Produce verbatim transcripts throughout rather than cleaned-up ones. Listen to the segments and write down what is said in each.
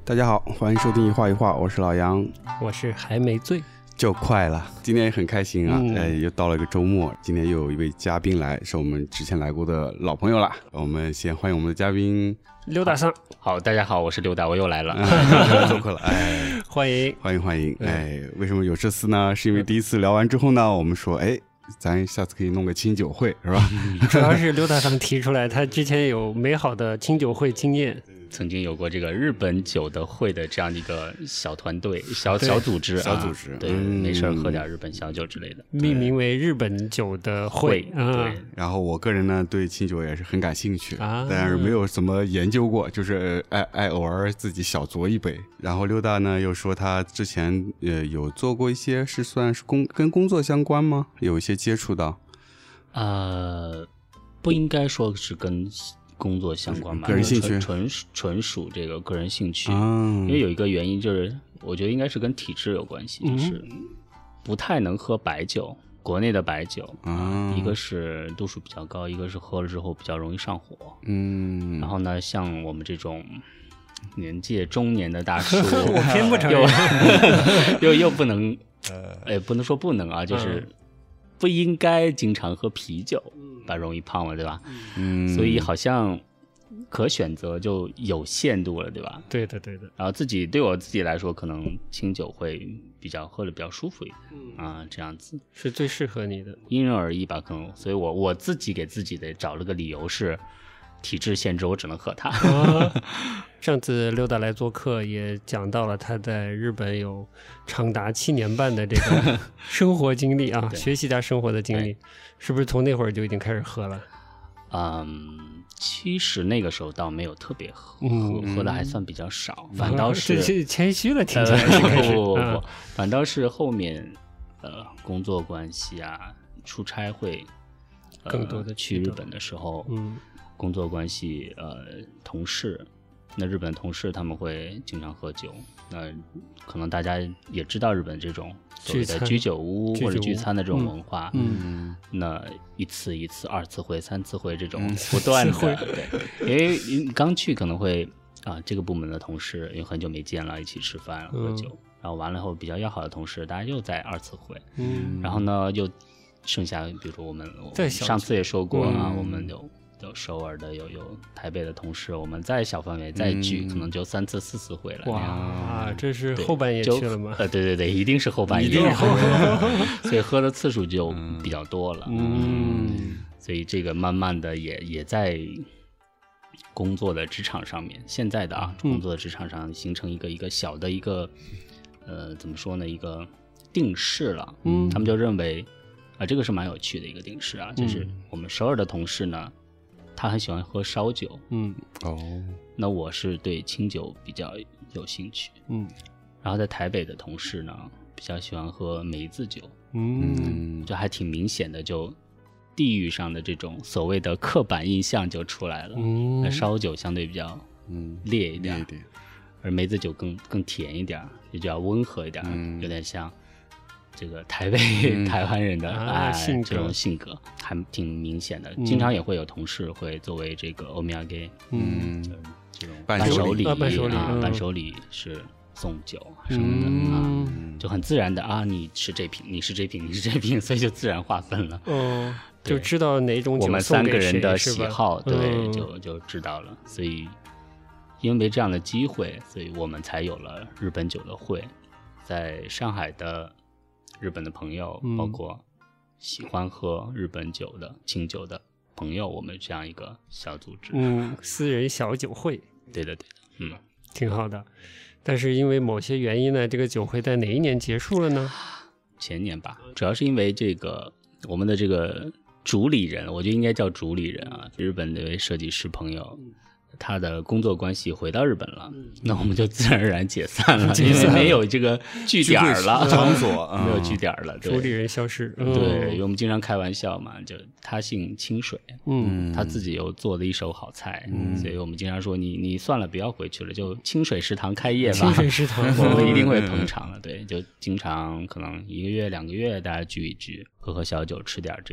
大家好，欢迎收听一画一画，我是老杨， 我是还没醉， 就快了。今天也很开心啊， 嗯呃，又到了一个周末，今天又有一位嘉宾来，是我们之前来过的老朋友啦。我们先欢迎我们的嘉宾溜达上。 好，大家好，我是溜达，我又来了， 做客了，哎， 欢迎欢迎欢迎，哎，为什么有这次呢？是因为第一次聊完之后呢，我们说，哎。咱下次可以弄个清酒会，是吧？ 主要是溜达上提出来，他之前有美好的清酒会经验， 曾经有过这个日本酒的会的这样的一个小团队、小小组织、 小组织， 啊、对，嗯、没事喝点日本小酒之类的， 命名为日本酒的会。 对， 啊、 然后我个人呢对清酒也是很感兴趣， 啊、 但是没有怎么研究过，就是爱爱偶尔自己小酌一杯。然后溜达呢又说他之前呃有做过一些是算是工跟工作相关吗？有一些接触到？ 呃，不应该说是跟工作相关吧， 个人兴趣， 纯纯属这个个人兴趣、 嗯。 因为有一个原因就是，我觉得应该是跟体质有关系，就是不太能喝白酒，国内的白酒， 嗯、 一个是度数比较高，一个是喝了之后比较容易上火。 嗯， 然后呢，像我们这种年届中年的大叔， 我偏不承认， 又又又不能，呃，不能说不能啊，就是不应该经常喝啤酒，不然容易胖了，对吧？ 嗯， 所以好像可选择就有限度了，对吧？ 对的，对的。 然后自己对我自己来说，可能清酒会比较喝的比较舒服一点、嗯、啊，这样子是最适合你的， 因人而异吧，可能。所以我我自己给自己的找了个理由是。体质限制，我只能喝它、 啊、上次溜达来做客也讲到了他在日本有长达七年半的这个生活经历啊，学习他生活的经历，是不是从那会儿就已经开始喝了？ 嗯，其实那个时候倒没有特别喝， 嗯、 喝喝的还算比较少，反倒是、 啊、这谦虚了，听起来是开始、 呃、不不不、 啊， 反倒是后面呃工作关系啊，出差会、 呃、更多的去日本的时候， 嗯。 工作关系，呃，同事，那日本同事他们会经常喝酒，那可能大家也知道日本这种所谓的居酒屋或者聚餐的这种文化， 嗯， 那一次一次、二次会、三次会这种不断的，对，因为你刚去可能会啊，这个部门的同事因为很久没见了，一起吃饭喝酒，嗯、然后完了后比较要好的同事，大家又在二次会， 嗯， 然后呢又剩下，比如说我们，我们上次也说过啊，嗯、我们有。有首尔的，有有台北的同事，我们再小范围再聚、嗯，可能就三次四次会了。 哇，这是后半夜去了吗？ 呃，对对对，一定是后半夜， 一定是后半夜， 所以喝的次数就比较多了。 嗯， 所以这个慢慢的也也在工作的职场上面，现在的啊， 嗯、 工作的职场上形成一个一个小的一个呃，怎么说呢，一个定式了。 嗯， 他们就认为。啊，这个是蛮有趣的一个定式啊，就是我们首尔的同事呢，他很喜欢喝烧酒， 嗯， 哦， 那我是对清酒比较有兴趣， 嗯， 然后在台北的同事呢，比较喜欢喝梅子酒， 嗯， 就还挺明显的，就地域上的这种所谓的刻板印象就出来了， 嗯， 那烧酒相对比较嗯烈一点， 烈一点， 而梅子酒更更甜一点，也比较温和一点， 嗯、 有点像。这个台北、嗯、台湾人的、 啊哎性这种性格还挺明显的、嗯，经常也会有同事会作为这个欧米茄， 嗯， 这种伴手礼啊，伴手礼啊， 嗯、 伴手礼是送酒什么的、 嗯、 啊，就很自然的啊，你是这瓶，你是这瓶，你是这瓶，所以就自然划分了。 哦，就知道哪种酒我们三个人的喜是好，对， 嗯、 就就知道了。所以因为这样的机会，所以我们才有了日本酒的会，在上海的。日本的朋友，包括喜欢喝日本酒的、嗯、清酒的朋友，我们这样一个小组织， 嗯，私人小酒会， 对的，对的，嗯， 挺好的。但是因为某些原因呢，这个酒会在哪一年结束了呢？ 前年吧，主要是因为这个我们的这个主理人，我觉得应该叫主理人啊，日本的一位设计师朋友。他的工作关系回到日本了，嗯、那我们就自然而然解散了，因为没有这个据点了， 场所没有据点了， 主理人消失。 对，因为我们经常开玩笑嘛，就他姓清水， 嗯， 他自己又做的一手好菜，嗯、所以我们经常说你你算了，不要回去了，就清水食堂开业吧， 清水食堂， 我们一定会捧场的。对，就经常可能一个月两个月大家聚一聚，喝喝小酒，吃点这个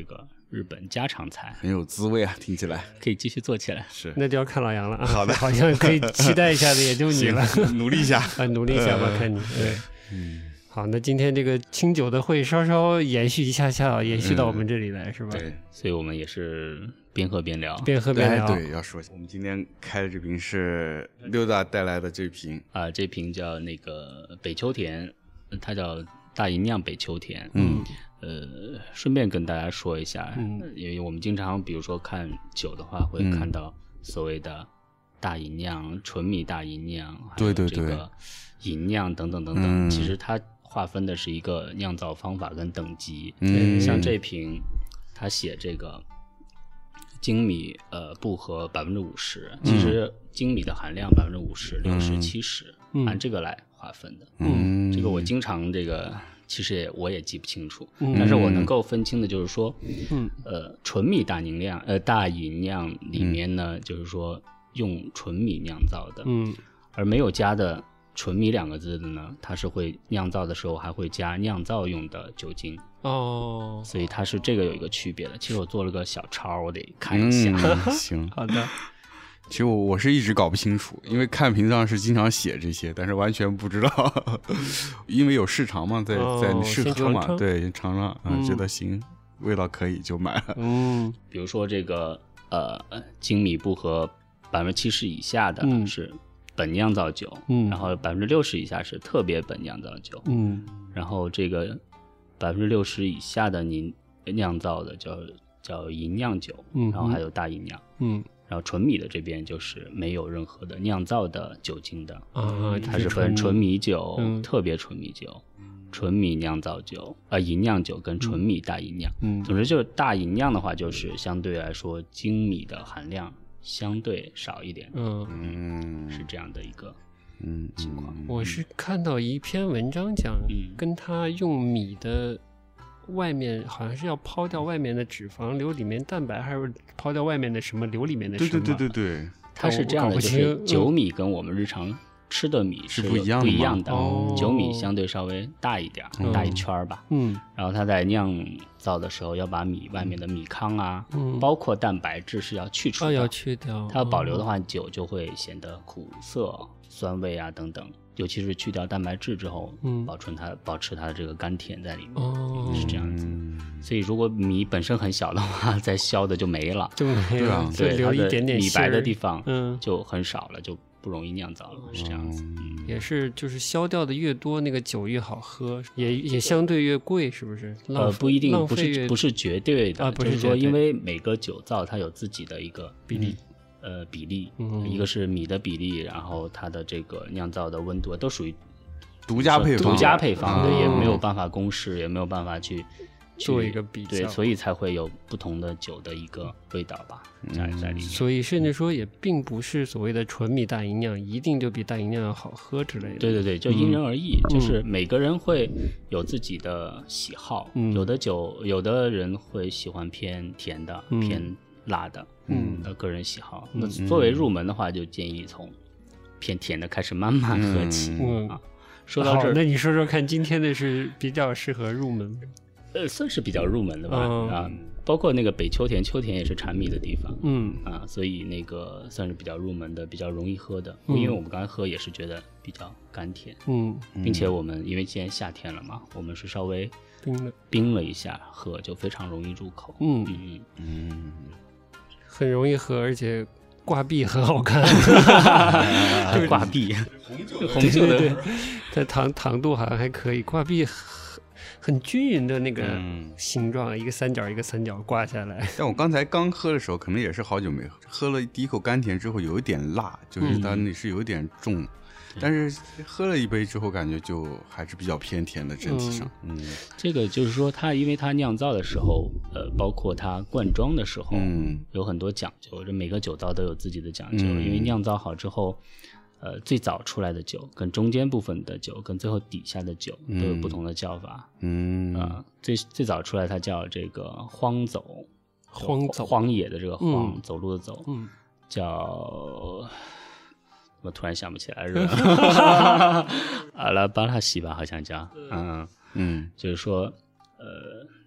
日本家常菜， 很有滋味啊，听起来可以继续做起来。 是， 那就要看老杨了啊。 好的， 好像可以期待一下的，也就你了， 努力一下啊，努力一下吧，呃、看你。对， 嗯。 好，那今天这个清酒的会稍稍延续一下下，延续到我们这里来，嗯、是吧？ 对， 所以我们也是边喝边聊， 边喝边聊。 对，要说我们今天开的这瓶是六大带来的这瓶啊、呃，这瓶叫那个北秋田，它叫大吟酿北秋田。 嗯， 呃，顺便跟大家说一下， 嗯， 因为我们经常比如说看酒的话，会看到所谓的大吟酿、纯米大吟酿， 对对对， 还有这个吟酿等等等等，嗯、其实它划分的是一个酿造方法跟等级。 嗯， 像这瓶，它写这个精米呃不合百分之五十，其实精米的含量百分之五十、六十、七十，按这个来划分的。 嗯， 这个我经常这个其实也我也记不清楚， 嗯、 但是我能够分清的就是说， 嗯呃，纯米大吟酿呃大吟酿里面呢，嗯、就是说用纯米酿造的， 嗯， 而没有加的。纯米两个字的呢，它是会酿造的时候还会加酿造用的酒精哦， 所以它是这个有一个区别的。其实我做了个小抄，我得看一下。 嗯、行， 好的。 其实我我是一直搞不清楚，因为看瓶上是经常写这些，但是完全不知道，因为有试尝嘛，在、哦、在试喝嘛， 尝尝对，尝尝啊、嗯，觉得行，味道可以就买了。 嗯， 比如说这个呃精米不合百分之七十以下的是。嗯本酿造酒， 嗯， 然后百分之六十以下是特别本酿造酒， 嗯， 然后这个百分之六十以下的您酿造的叫叫吟酿酒， 嗯， 然后还有大吟酿， 嗯， 然后纯米的这边就是没有任何的酿造的酒精的， 啊， 它是分纯米酒、 嗯、 特别纯米酒、纯米酿造酒，呃，吟酿酒跟纯米大吟酿， 嗯， 总之就是大吟酿的话，就是相对来说精米的含量。相对少一点， 嗯， 是这样的一个嗯情况。 我是看到一篇文章讲， 嗯， 跟他用米的外面好像是要抛掉外面的脂肪，留里面蛋白，还是抛掉外面的什么，留里面的什么？ 对对对对对， 它是这样的，就是酒米跟我们日常吃的米是不一样的，不一样的。 哦、 酒米相对稍微大一点，嗯、大一圈吧。 嗯， 然后它在酿造的时候要把米外面的米糠啊， 嗯、 包括蛋白质是要去除的， 哦、要去掉。 它要保留的话，酒就会显得苦涩、酸味啊等等。尤其是去掉蛋白质之后， 嗯， 保存它保持它的这个甘甜在里面， 哦、 是这样子。所以如果米本身很小的话，再削的就没了， 就没了， 对， 就留一点点米白的地方， 嗯， 就很少了，就不容易酿造了，是这样子。 嗯、也是，就是削掉的越多，那个酒越好喝，也也相对越贵，是不是？ 呃，不一定，不是不是绝对的， 啊、不是说因为每个酒造它有自己的一个比例。 呃，比例， 嗯， 一个是米的比例，然后它的这个酿造的温度都属于独家配方， 独家配方的， 哦、 也没有办法公示，也没有办法去做一个比较， 对，所以才会有不同的酒的一个味道吧，在在里面。 所以甚至说也并不是所谓的纯米大吟酿一定就比大吟酿要好喝之类的。 对对对，就因人而异， 嗯、 就是每个人会有自己的喜好， 嗯、 有的酒，有的人会喜欢偏甜的， 嗯、 偏辣的。 嗯， 呃，个人喜好。那作为入门的话，就建议从偏甜的开始慢慢喝起。 嗯啊，说到这儿， 那你说说看，今天的是比较适合入门？ 呃，算是比较入门的吧。 嗯、 啊，包括那个北秋田，秋田也是产米的地方。 嗯啊，所以那个算是比较入门的，比较容易喝的。 嗯、 因为我们刚才喝也是觉得比较甘甜。 嗯， 并且我们因为现在夏天了嘛，我们是稍微冰了冰了一下喝，就非常容易入口。 嗯嗯嗯。 很容易喝，而且挂壁很好看。 挂壁， 红酒， 红酒的，对对对，它糖糖度好像还可以。挂壁很很均匀的那个形状，嗯、一个三角一个三角挂下来。 但我刚才刚喝的时候，可能也是好久没喝，喝了第一口甘甜之后，有一点辣，就是它那是有点重。嗯但是喝了一杯之后，感觉就还是比较偏甜的整体上。嗯， 嗯这个就是说，它因为它酿造的时候，呃，包括它灌装的时候， 嗯， 有很多讲究。这每个酒造都有自己的讲究， 嗯、 因为酿造好之后，呃，最早出来的酒跟中间部分的酒跟最后底下的酒都有不同的叫法。 嗯啊、呃，最最早出来它叫这个荒走， 荒走， 荒野的这个荒， 嗯、 走路的走， 嗯， 叫。我突然想不起来了，阿拉巴拉西吧，好像叫，嗯嗯， 就是说，呃，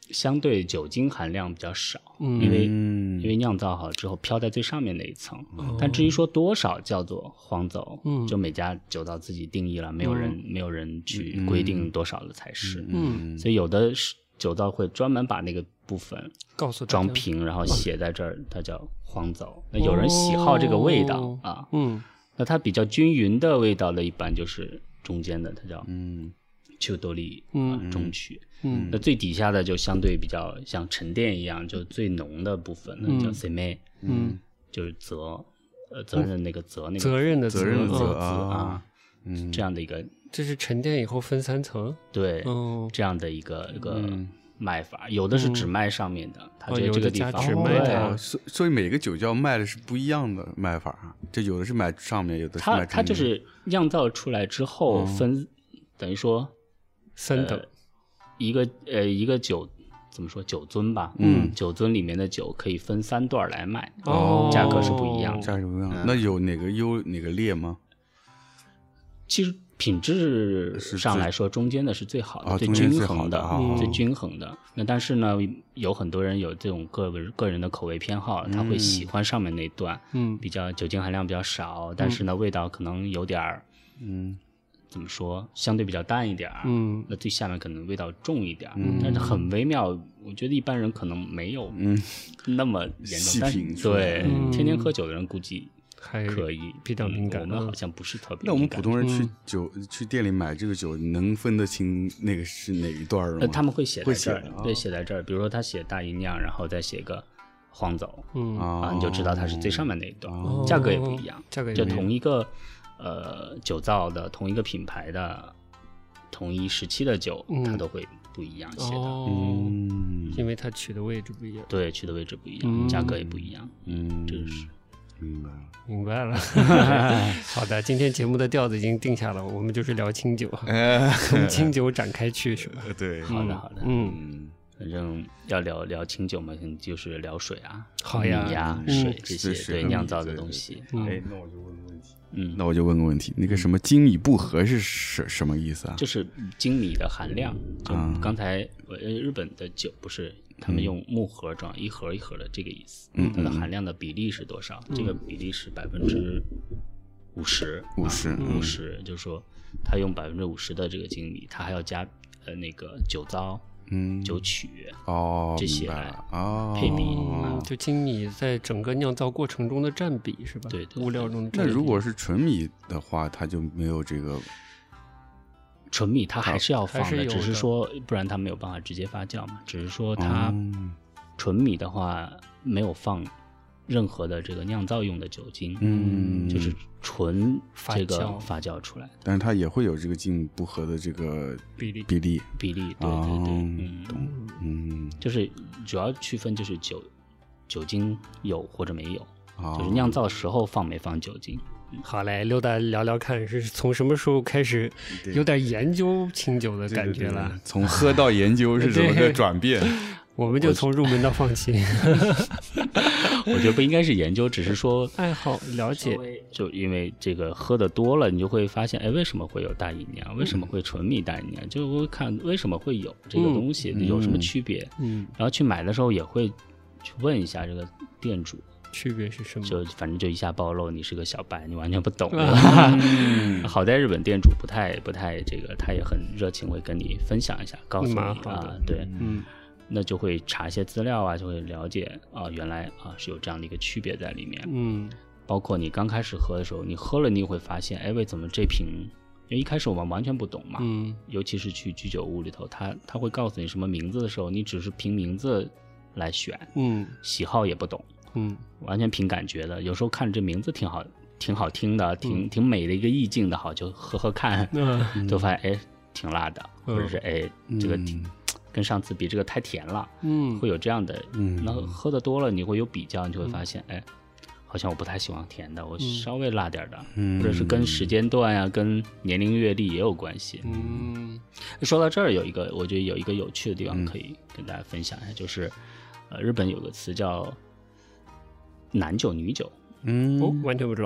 相对酒精含量比较少， 嗯、 因为、嗯、因为酿造好之后飘在最上面那一层、哦、但至于说多少叫做黄酒、嗯、就每家酒造自己定义了，没有人、嗯、没有人去规定多少的才是，嗯，所以有的酒造会专门把那个部分告诉装瓶，然后写在这儿，它叫黄酒。那有人喜好这个味道、哦、啊，嗯，那它比较均匀的味道的，一般就是中间的，它叫嗯。丘多利啊，中曲，嗯，那最底下的就相对比较像沉淀一样，就最浓的部分，那、嗯、叫 C M， 嗯，就是责，呃，责任的那个责，那个责任的责任的责啊，嗯，这样的一个， 这是沉淀以后分三层， 对，哦，这样的一个一个卖法，有的是只卖上面的，它就这个地方只卖的， 所所以每个酒窖卖的是不一样的卖法，这有的是买上面，有的是买中间， 它它就是酿造出来之后分，等于说。 三等、呃， 一个呃一个酒怎么说酒樽吧，嗯，酒樽里面的酒可以分三段来卖，哦，价格是不一样的， 价格不一样、嗯。那有哪个优哪个劣吗？ 其实品质上来说，中间的是最好的， 哦、 最均衡的， 哦、 最均衡的。那但是呢，有很多人有这种个个人的口味偏好，他会喜欢上面那段，嗯，比较酒精含量比较少，但是呢，嗯、味道可能有点儿，嗯。怎么说？相对比较淡一点，嗯，那最下面可能味道重一点，嗯，但是很微妙。我觉得一般人可能没有，嗯，那么严重。但是对、嗯，天天喝酒的人估计还可以， 比较敏感。 我们好像不是特别敏感。 那我们普通人去酒、嗯、去店里买这个酒，能分得清那个是哪一段吗？ 呃，他们会写在这儿，对，写在这儿。比如说他写大吟酿，然后再写个黄酒，嗯啊，你就知道它是最上面那一段，哦、价格也不一样， 价格也就同一个。呃，酒造的同一个品牌的同一时期的酒、嗯，它都会不一样写的， 哦、嗯，因为它取的位置不一样， 对，取的位置不一样，嗯、价格也不一样，嗯，这是明白了， 明白了。好的，今天节目的调子已经定下了，我们就是聊清酒，从清酒展开去，是吧？ 对， 好的，好的，嗯。反正要聊聊清酒嘛，就是聊水啊， 好呀， 米呀、 嗯、 水这些对酿造的东西。 哎，那我就问个问题，嗯，那我就问个问题，那个什么精米不合是什什么意思啊？ 就是精米的含量。就刚才呃日本的酒不是他们用木盒装、嗯、一盒一盒的这个意思，嗯，它的含量的比例是多少？嗯、这个比例是百分之五十， 五十， 五十，就是说他用百分之五十的这个精米，他还要加呃那个酒糟。嗯，酒曲哦， 这些来哦配比、 嗯，就精米在整个酿造过程中的占比是吧？ 对对， 物料中的占比。 那如果是纯米的话，它就没有这个。 纯米它还是要放的， 的只是说不然它没有办法直接发酵嘛。只是说它纯米的话没有放任何的这个酿造用的酒精，嗯，就是纯这个发酵出来的， 但是它也会有这个精米不合的这个比例比例比例，对对对，哦、嗯， 懂，嗯， 就是主要区分就是酒酒精有或者没有，哦、就是酿造时候放没放酒精。 好嘞，溜达聊聊看，是从什么时候开始有点研究清酒的感觉了？ 对对对，从喝到研究是怎么个转变？ 我们就从入门到放弃。 我觉得不应该是研究，只是说爱好了解。 就因为这个喝的多了，你就会发现，哎，为什么会有大吟酿？为什么会纯米大吟酿？就会看为什么会有这个东西，嗯、有什么区别？嗯，然后去买的时候也会去问一下这个店主。 区别是什么？ 就反正就一下暴露你是个小白，你完全不懂。嗯、好在日本店主不太不太这个，他也很热情，会跟你分享一下，告诉你啊，对，嗯，那就会查一些资料啊，就会了解啊，原来啊是有这样的一个区别在里面。嗯，包括你刚开始喝的时候，你喝了你也会发现，哎，为什么这瓶？因为一开始我们完全不懂嘛，嗯，尤其是去居酒屋里头，他他会告诉你什么名字的时候，你只是凭名字来选，嗯，喜好也不懂。嗯，完全凭感觉的。有时候看着这名字挺好，挺好听的，挺、嗯、挺美的一个意境的，好就喝喝看，嗯、就发现哎挺辣的，嗯、或者是哎这个挺、嗯、跟上次比这个太甜了，嗯，会有这样的，嗯，那喝的多了你会有比较，你就会发现、嗯、哎，好像我不太喜欢甜的，我稍微辣点的，嗯，或者是跟时间段啊，跟年龄阅历也有关系。嗯，说到这儿有一个，我觉得有一个有趣的地方可以跟大家分享一下，嗯、就是呃日本有个词叫男酒女酒， 嗯，哦，完全不知道。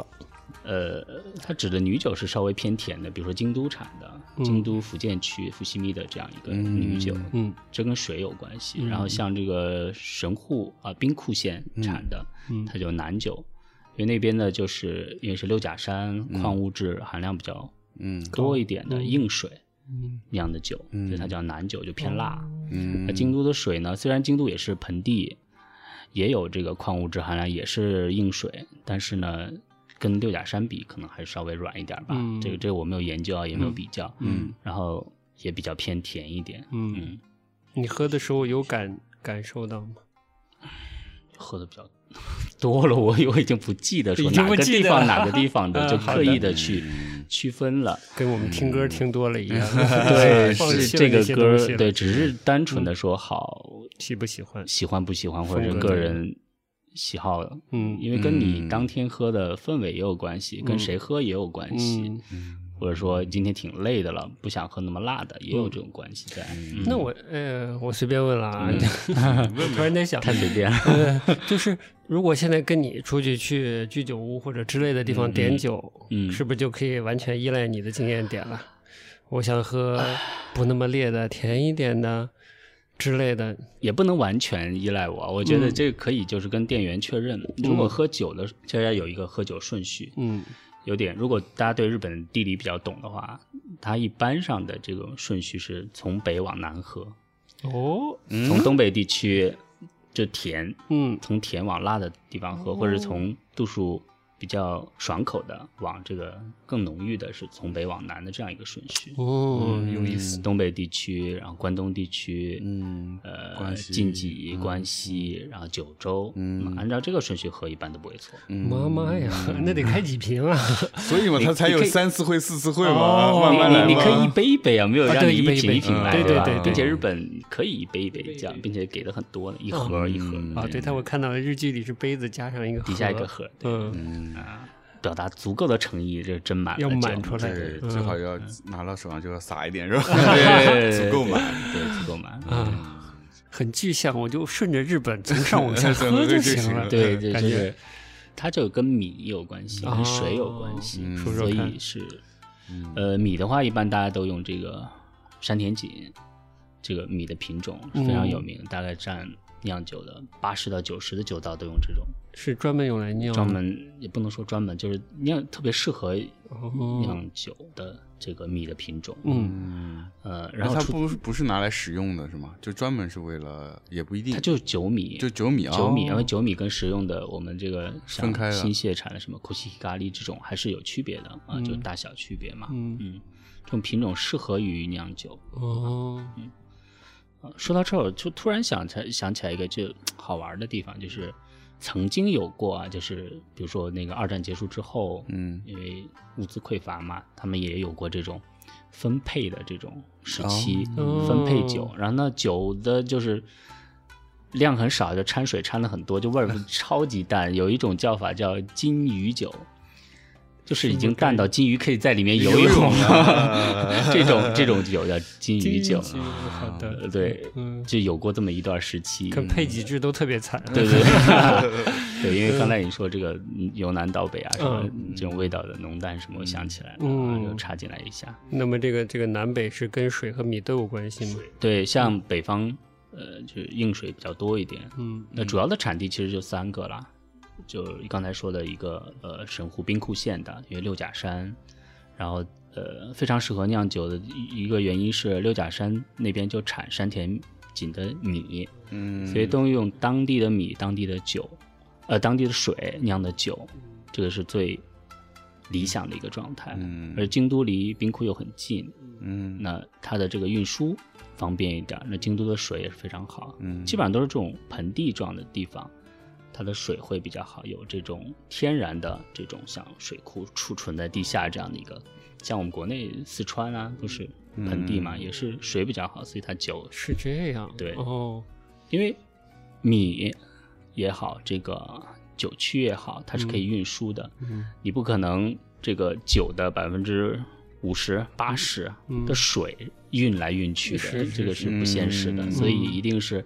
呃，它指的女酒是稍微偏甜的，比如说京都产的， 嗯、 京都福建区伏羲密的这样一个女酒， 嗯， 这跟水有关系。 嗯、 然后像这个神户啊、呃、兵库县产的， 嗯、 它就南酒，因为那边呢就是因为是六甲山，矿物质含量比较嗯多一点的、嗯、硬水。酿的酒， 嗯、 所以它叫南酒，就偏辣。 嗯， 那京都的水呢，虽然京都也是盆地，也有这个矿物质含量，也是硬水，但是呢，跟六甲山比，可能还是稍微软一点吧。 嗯、 这个这个我没有研究啊，也没有比较。 嗯， 然后也比较偏甜一点。 嗯， 嗯你喝的时候有感感受到吗？ 喝的比较多了，我我已经不记得说哪个地方哪个地方的，就刻意的去区分了， 跟我们听歌听多了一样。 对，是这个歌，对，只是嗯单纯的说好喜不喜欢， 喜欢不喜欢，或者是个人喜好， 嗯， 因为跟你当天喝的氛围也有关系，跟谁喝也有关系。或者说今天挺累的了，不想喝那么辣的，也有这种关系在。 嗯、那我呃，我随便问了啊，嗯、突然在想， 太随便了。 呃，就是如果现在跟你出去去居酒屋或者之类的地方点酒， 嗯， 是不是就可以完全依赖你的经验点了？我想喝不那么烈的、甜一点的之类的， 也不能完全依赖我。我觉得这个可以就是跟店员确认，嗯、如果喝酒的，大家有一个喝酒顺序， 嗯。 有点，如果大家对日本地理比较懂的话，它一般上的这个顺序是从北往南喝。 哦， 从东北地区就甜， 嗯， 从甜往辣的地方喝， 哦、 或者从度数比较爽口的往这个更浓郁的，是从北往南的这样一个顺序。 哦，嗯、有意思。 东北地区，然后关东地区， 嗯， 呃，晋级、关西，然后九州， 嗯， 按照这个顺序喝，一般都不会错。 妈妈呀，那得开几瓶啊！ 所以嘛，他才有三次会、四次会嘛， 哦、 慢慢来嘛。 你你可以一杯一杯啊，没有让你一瓶一瓶来， 对对对， 并且日本可以一杯一杯这样，并且给的很多，一盒一盒。 啊，对，他我看到日剧里是杯子加上一个底下一个盒， 嗯啊。表达足够的诚意，这真满了， 要满出来， 对，最好要拿到手上就要撒一点，是吧？ 对， 足够满， 对，足够满啊，很具象，我就顺着日本从上往下喝就行了。 对对，就是它就跟米有关系，跟水有关系，所以是呃米的话，一般大家都用这个山田锦，这个米的品种是非常有名，大概占酿酒的八十到九十的酒道都用这种。 是专门用来酿， 专门也不能说专门，就是酿特别适合酿酒的这个米的品种。 嗯， 呃，然后它不不是拿来食用的是吗？就专门是为了，也不一定。 它就是酒米， 就酒米啊， 酒米，因为酒米跟食用的我们这个分开了， 新泻产的什么コシヒカリ这种还是有区别的啊， 嗯、 就大小区别嘛。 嗯嗯，这种品种适合于酿酒。 哦， 嗯，啊，说到这儿，我就突然想起想起来一个就好玩的地方，就是。曾经有过啊，就是比如说那个二战结束之后， 嗯， 因为物资匮乏嘛，他们也有过这种分配的这种时期， 哦、 分配酒，然后呢酒的就是量很少，就掺水掺的很多，就味儿超级淡。有一种叫法叫金鱼酒，就是已经淡到金鱼可以在里面游泳了，这种这种酒叫金鱼酒。 好的， 对，嗯，就有过这么一段时期， 跟配给制都特别惨。 对对对，因为刚才你说这个由南到北啊，什么这种味道的浓淡什么，我想起来了，嗯，就插进来一下。 那么这个这个南北是跟水和米都有关系吗？ 对，像北方，呃，就是硬水比较多一点， 嗯， 那主要的产地其实就三个啦。就刚才说的一个呃神户兵库县的，因为六甲山，然后呃非常适合酿酒的一个原因是六甲山那边就产山田锦的米， 嗯， 所以都用当地的米、当地的酒，呃当地的水酿的酒，这个是最理想的一个状态。 嗯， 而京都离兵库又很近， 嗯， 那它的这个运输方便一点，那京都的水也是非常好， 嗯， 基本上都是这种盆地状的地方。它的水会比较好，有这种天然的这种像水库储存在地下这样的一个，像我们国内四川啊都是盆地嘛， 嗯、 也是水比较好，所以它酒是这样。 对哦， 因为米也好，这个酒曲也好，它是可以运输的， 嗯、 你不可能这个酒的百分之五十、八十的水运来运去的， 嗯、 这个是不现实的， 嗯、 所以一定是。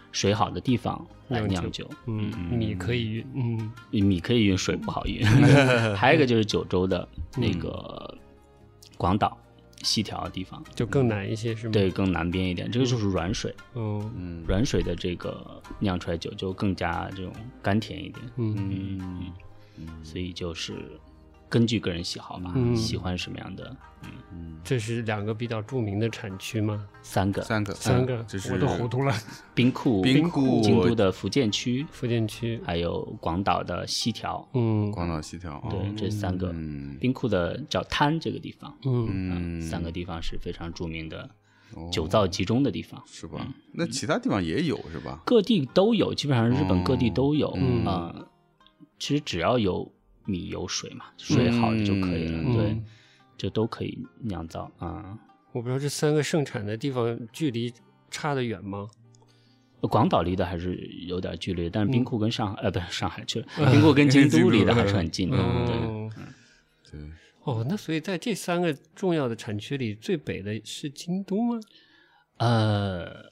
水好的地方来酿酒。 嗯，米可以运，嗯， 米可以运，水不好运。还有一个就是九州的那个广岛西条的地方， 就更难一些，是吗？ 对，更南边一点，这个就是软水。 哦， 嗯，软水的这个酿出来酒就更加这种甘甜一点。 嗯嗯嗯，所以就是根据个人喜好吧， 嗯、 喜欢什么样的。嗯嗯，这是两个比较著名的产区吗？ 三个， 三个， 三个， 这是我都糊涂了。 兵库， 兵库， 京都的福建区， 福建区， 还有广岛的西条。 嗯， 广岛西条， 对， 哦、 这三个。 嗯、 兵库的叫滩这个地方， 嗯嗯，三个地方是非常著名的酒造集中的地方， 哦、是吧？嗯、那其他地方也有是吧？ 各地都有，基本上日本各地都有。 嗯啊、呃，其实只要有米有水嘛，水好的就可以了。 嗯、 对。就都可以酿造啊、嗯！ 我不知道这三个盛产的地方距离差得远吗？ 广岛离的还是有点距离，但是兵库跟上海、嗯、呃不是上海去了，兵库跟京都离的还是很近的。 嗯、 对， 嗯、对。哦，那所以在这三个重要的产区里，最北的是京都吗？ 呃，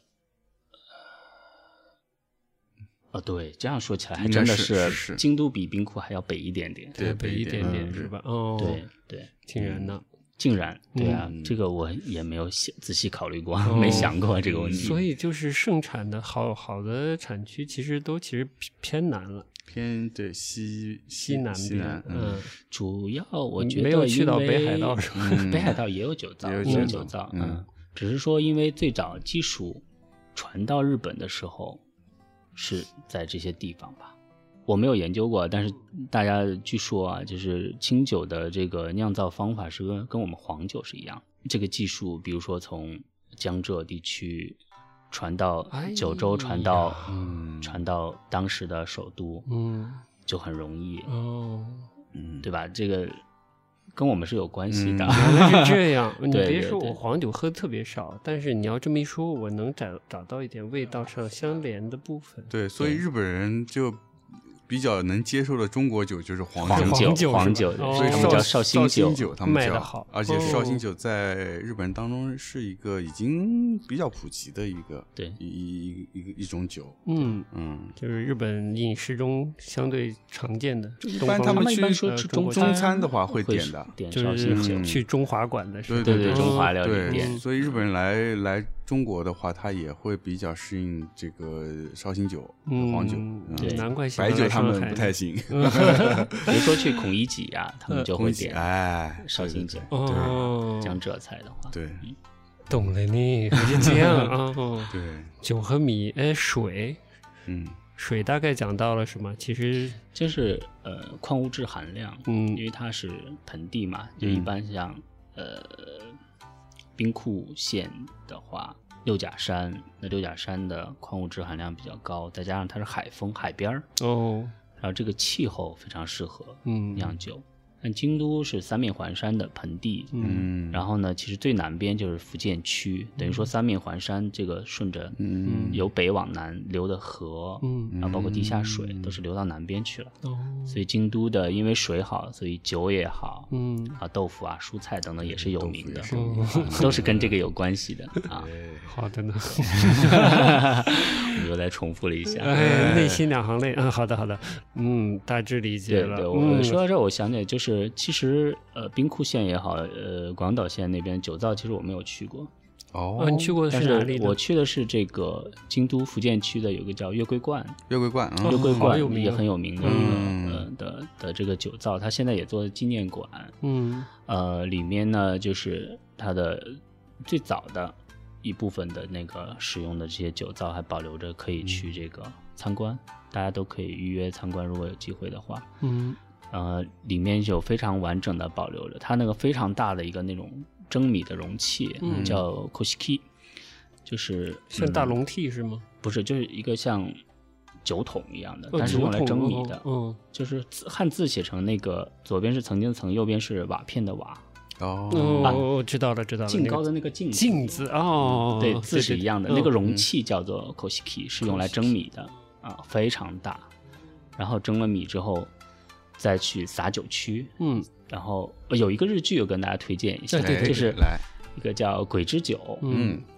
哦，对，这样说起来还真的是, 是, 是京都比兵库还要北一点点， 对，北一点点、嗯、是吧？哦， 对对， 竟然呢。 竟然，对啊、 嗯， 这个我也没有仔细考虑过，哦、没想过这个问题。 所以就是盛产的好好的产区，其实都其实偏南了， 偏对西西南西南。 嗯， 主要我觉得没有去到北海道是吧？ 嗯、北海道也有酒造， 也有酒造， 嗯， 嗯只是说因为最早技术传到日本的时候是在这些地方吧。我没有研究过，但是大家据说啊，就是清酒的这个酿造方法是跟跟我们黄酒是一样。这个技术，比如说从江浙地区传到九州，传到、哎嗯、传到当时的首都， 嗯， 就很容易哦， 嗯，对吧？这个跟我们是有关系的。 嗯、原来是这样，你对别说我黄酒喝特别少，但是你要这么一说，我能找找到一点味道上相连的部分。 对，所以日本人就比较能接受的中国酒就是黄酒， 酒， 黄酒， 哦、 所以他们叫绍兴酒，酒他们卖的好， 而且绍兴酒在日本当中是一个已经比较普及的一个对一一一一种酒， 嗯嗯， 就是日本饮食中相对常见的。 一般他们去说吃中中餐的话会点的， 点绍兴酒，去中华馆的时候， 对对对，中华料理店。 所以日本人来来中国的话，他也会比较适应这个绍兴酒、黄酒。 对，难怪白酒他们不太行。 比如说去孔乙己呀，他们就会点哎绍兴酒。 哦， 江浙菜的话， 对， 懂了呢，是这样啊。 对， 酒和米，哎，水， 嗯， 水大概讲到了什么？其实就是呃矿物质含量， 嗯， 因为它是盆地嘛，就一般像呃兵库县的话。六甲山，那六甲山的矿物质含量比较高，再加上它是海风海边儿哦， 然后这个气候非常适合嗯酿酒。但京都是三面环山的盆地， 嗯， 然后呢，其实最南边就是福建区，等于说三面环山，这个顺着嗯由北往南流的河， 嗯， 然后包括地下水都是流到南边去了。 哦， 所以京都的因为水好，所以酒也好， 嗯啊豆腐啊蔬菜等等也是有名的， 是哦、 都是跟这个有关系的啊。 好的呢， 我们又来重复了一下， 哎，内心两行泪。嗯，好的好的，嗯，大致理解了。 对对，我、 嗯、 说到这儿，我想起来就是其实呃兵库县也好，呃广岛县那边酒造，其实我没有去过。 哦， 你去过的是哪里？ 我去的是这个京都福建区的有个叫月桂冠， 月桂冠， 月桂冠也很很有名的、 嗯、 呃的的这个酒造，它现在也做纪念馆。 嗯， 呃，里面呢就是它的最早的一部分的那个使用的这些酒造还保留着，可以去这个参观，嗯、大家都可以预约参观，如果有机会的话。 嗯， 呃，里面有非常完整的保留着它那个非常大的一个那种蒸米的容器， 嗯、 叫 koshiki， 就是像大笼屉是吗？ 嗯？不是，就是一个像酒桶一样的，哦、但是用来蒸米的。 嗯、哦， 就是汉字写成那个左边是曾经曾，右边是瓦片的瓦。 哦， 哦，我知道了，知道了。 净高的那个净镜子哦， 对，字是一样的。 对对对那个容器叫做 koshiki， 是用来蒸米的啊，非常大。然后蒸了米之后，再去撒酒曲。 嗯， 然后有一个日剧，我跟大家推荐一下， 对对对， 就是来一个叫《鬼之酒》。 嗯，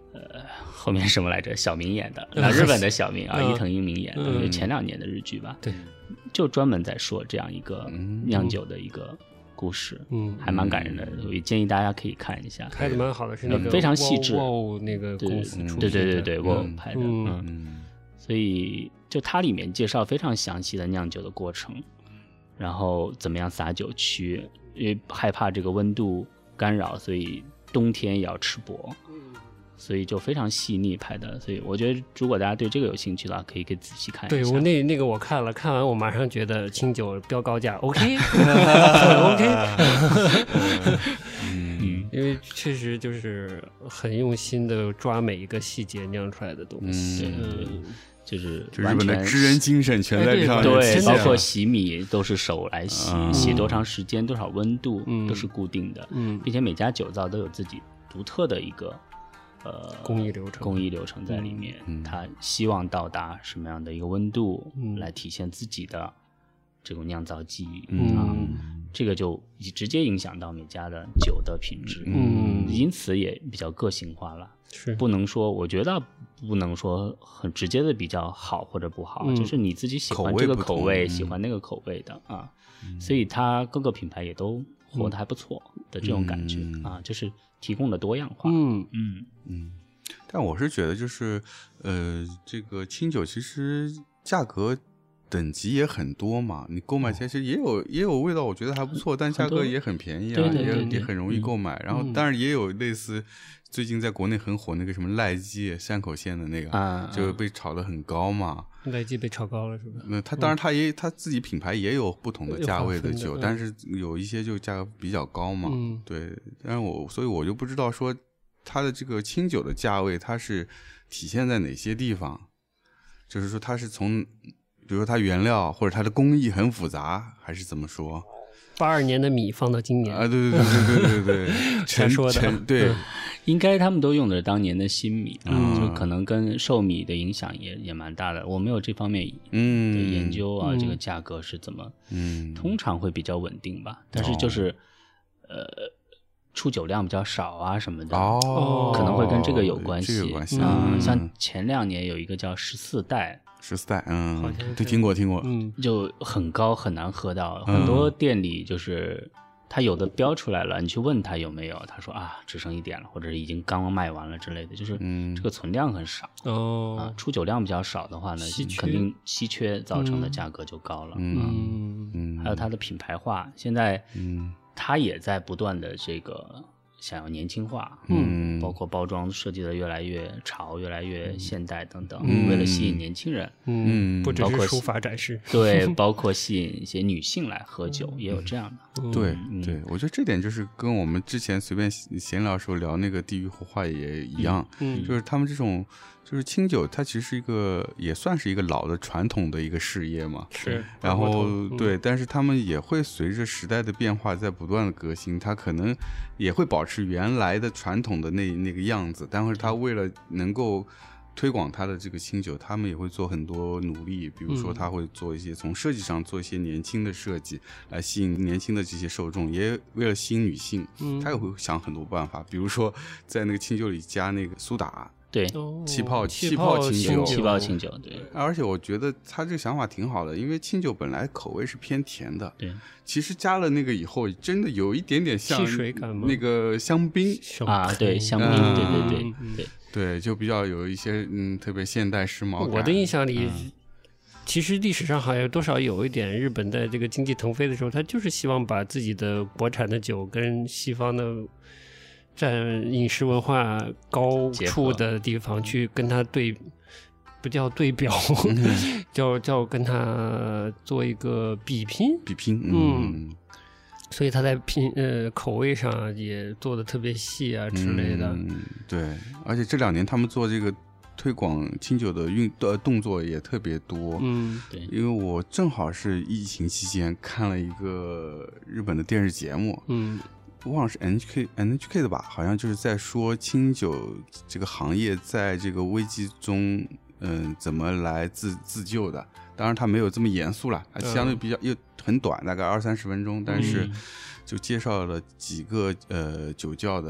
呃后面什么来着？小明演的，那日本的小明啊， 嗯伊藤英明演的， 嗯前两年的日剧吧， 对， 就专门在说这样一个酿酒的一个故事， 嗯， 还蛮感人的，我也建议大家可以看一下。 拍的蛮好的，是那个非常细致 WOW 那个公司出对对对的对对，我拍的， 嗯嗯， 嗯所以就它里面介绍非常详细的酿酒的过程，然后怎么样撒酒曲，因为害怕这个温度干扰，所以冬天也要吃薄，所以就非常细腻拍的。所以我觉得如果大家对这个有兴趣的话，可以可以仔细看一下。 对我那那个我看了，看完我马上觉得清酒标高价 OK OK， 嗯， 因为确实就是很用心的抓每一个细节酿出来的东西。 嗯嗯， 就是就日完全本的知人精神全在这上面对， 体现包括洗米都是手来洗， 嗯洗多长时间、多少温度、 嗯都是固定的， 嗯并且每家酒造都有自己独特的一个呃工艺流程工艺流程在里面， 嗯它希望到达什么样的一个温度， 嗯来体现自己的这种酿造技艺、 嗯啊，这个就直接影响到每家的酒的品质， 嗯因此也比较个性化了。 是不能说，我觉得不能说很直接的比较好或者不好， 嗯就是你自己喜欢口味这个不同口味， 嗯喜欢那个口味的啊，所以它各个品牌也都活得还不错的这种感觉、 嗯啊，就是提供了多样化。 嗯嗯嗯，但我是觉得就是呃，这个清酒其实价格等级也很多嘛，你购买起来其实也有也有味道，我觉得还不错，但价格也很便宜啊， 对对对对也也很容易购买。然后嗯当然也有类似最近在国内很火那个什么赖记山口县的那个， 啊， 就被炒得很高嘛。 赖记被炒高了是吧？ 那他当然他也他自己品牌也有不同的价位的酒， 有划分的嗯但是有一些就价格比较高嘛。 嗯对，但是我所以我就不知道说它的这个清酒的价位它是体现在哪些地方，就是说它是从比如说它原料或者它的工艺很复杂，还是怎么说？ 八二年的米放到今年啊，对对对对对对对，陈才说的陈对。 应该他们都用的是当年的新米， 嗯就可能跟寿米的影响也也蛮大的。我没有这方面的嗯研究啊， 嗯这个价格是怎么， 嗯， 通常会比较稳定吧，但是就是、呃出酒量比较少啊什么的， 哦， 可能会跟这个有关系。 这个有关系啊、 嗯像前两年有一个叫十四代， 十四代，嗯好像是， 对，听过听过， 嗯就很高很难喝到， 嗯很多店里就是他有的标出来了，你去问他有没有，他说啊只剩一点了，或者已经刚刚卖完了之类的，就是嗯这个存量很少、啊哦， 出酒量比较少的话呢稀，缺肯定稀缺造成的价格就高了。 嗯嗯嗯， 还有它的品牌化，现在嗯它也在不断的这个想要年轻化， 嗯包括包装设计的越来越潮、越来越现代等等， 嗯为了吸引年轻人， 嗯， 嗯不只包括是书法展示， 对，包括吸引一些女性来喝酒，也有这样的。 对嗯对，我觉得这点就是跟我们之前随便闲聊的时候聊那个地域活化也一样， 嗯就是他们这种就是清酒，它其实是一个也算是一个老的传统的一个事业嘛。 是， 然后嗯对，但是他们也会随着时代的变化在不断的革新，它可能也会保持原来的传统的那那个样子，但是它为了能够推广它的这个清酒，他们也会做很多努力，比如说嗯他会做一些从设计上做一些年轻的设计，来吸引年轻的这些受众，也为了吸引女性， 嗯他也会想很多办法，比如说在那个清酒里加那个苏打。 对， 哦气泡气气泡清酒气泡清酒，对而且我觉得他这个想法挺好的，因为清酒本来口味是偏甜的， 对其实加了那个以后，真的有一点点像汽水感吗那个香槟， 啊，对香槟， 嗯对对对嗯对， 对，就比较有一些嗯特别现代时髦感。 我的印象里， 嗯其实历史上好像多少有一点，日本在这个经济腾飞的时候，他就是希望把自己的国产的酒跟西方的占饮食文化高处的地方去跟它对，不叫对标， 嗯叫叫跟它做一个比拼。 比拼， 嗯嗯所以他在拼呃口味上也做的特别细啊之类的。 嗯，对，而且这两年他们做这个推广清酒的运呃动作也特别多。 嗯对， 因为我正好是疫情期间看了一个日本的电视节目， 嗯忘了是 N H K N H K 的吧，好像就是在说清酒这个行业在这个危机中，嗯、怎么来自自救的。当然，它没有这么严肃了，它相对比较又很短，大概二三十分钟，但是就介绍了几个呃酒窖的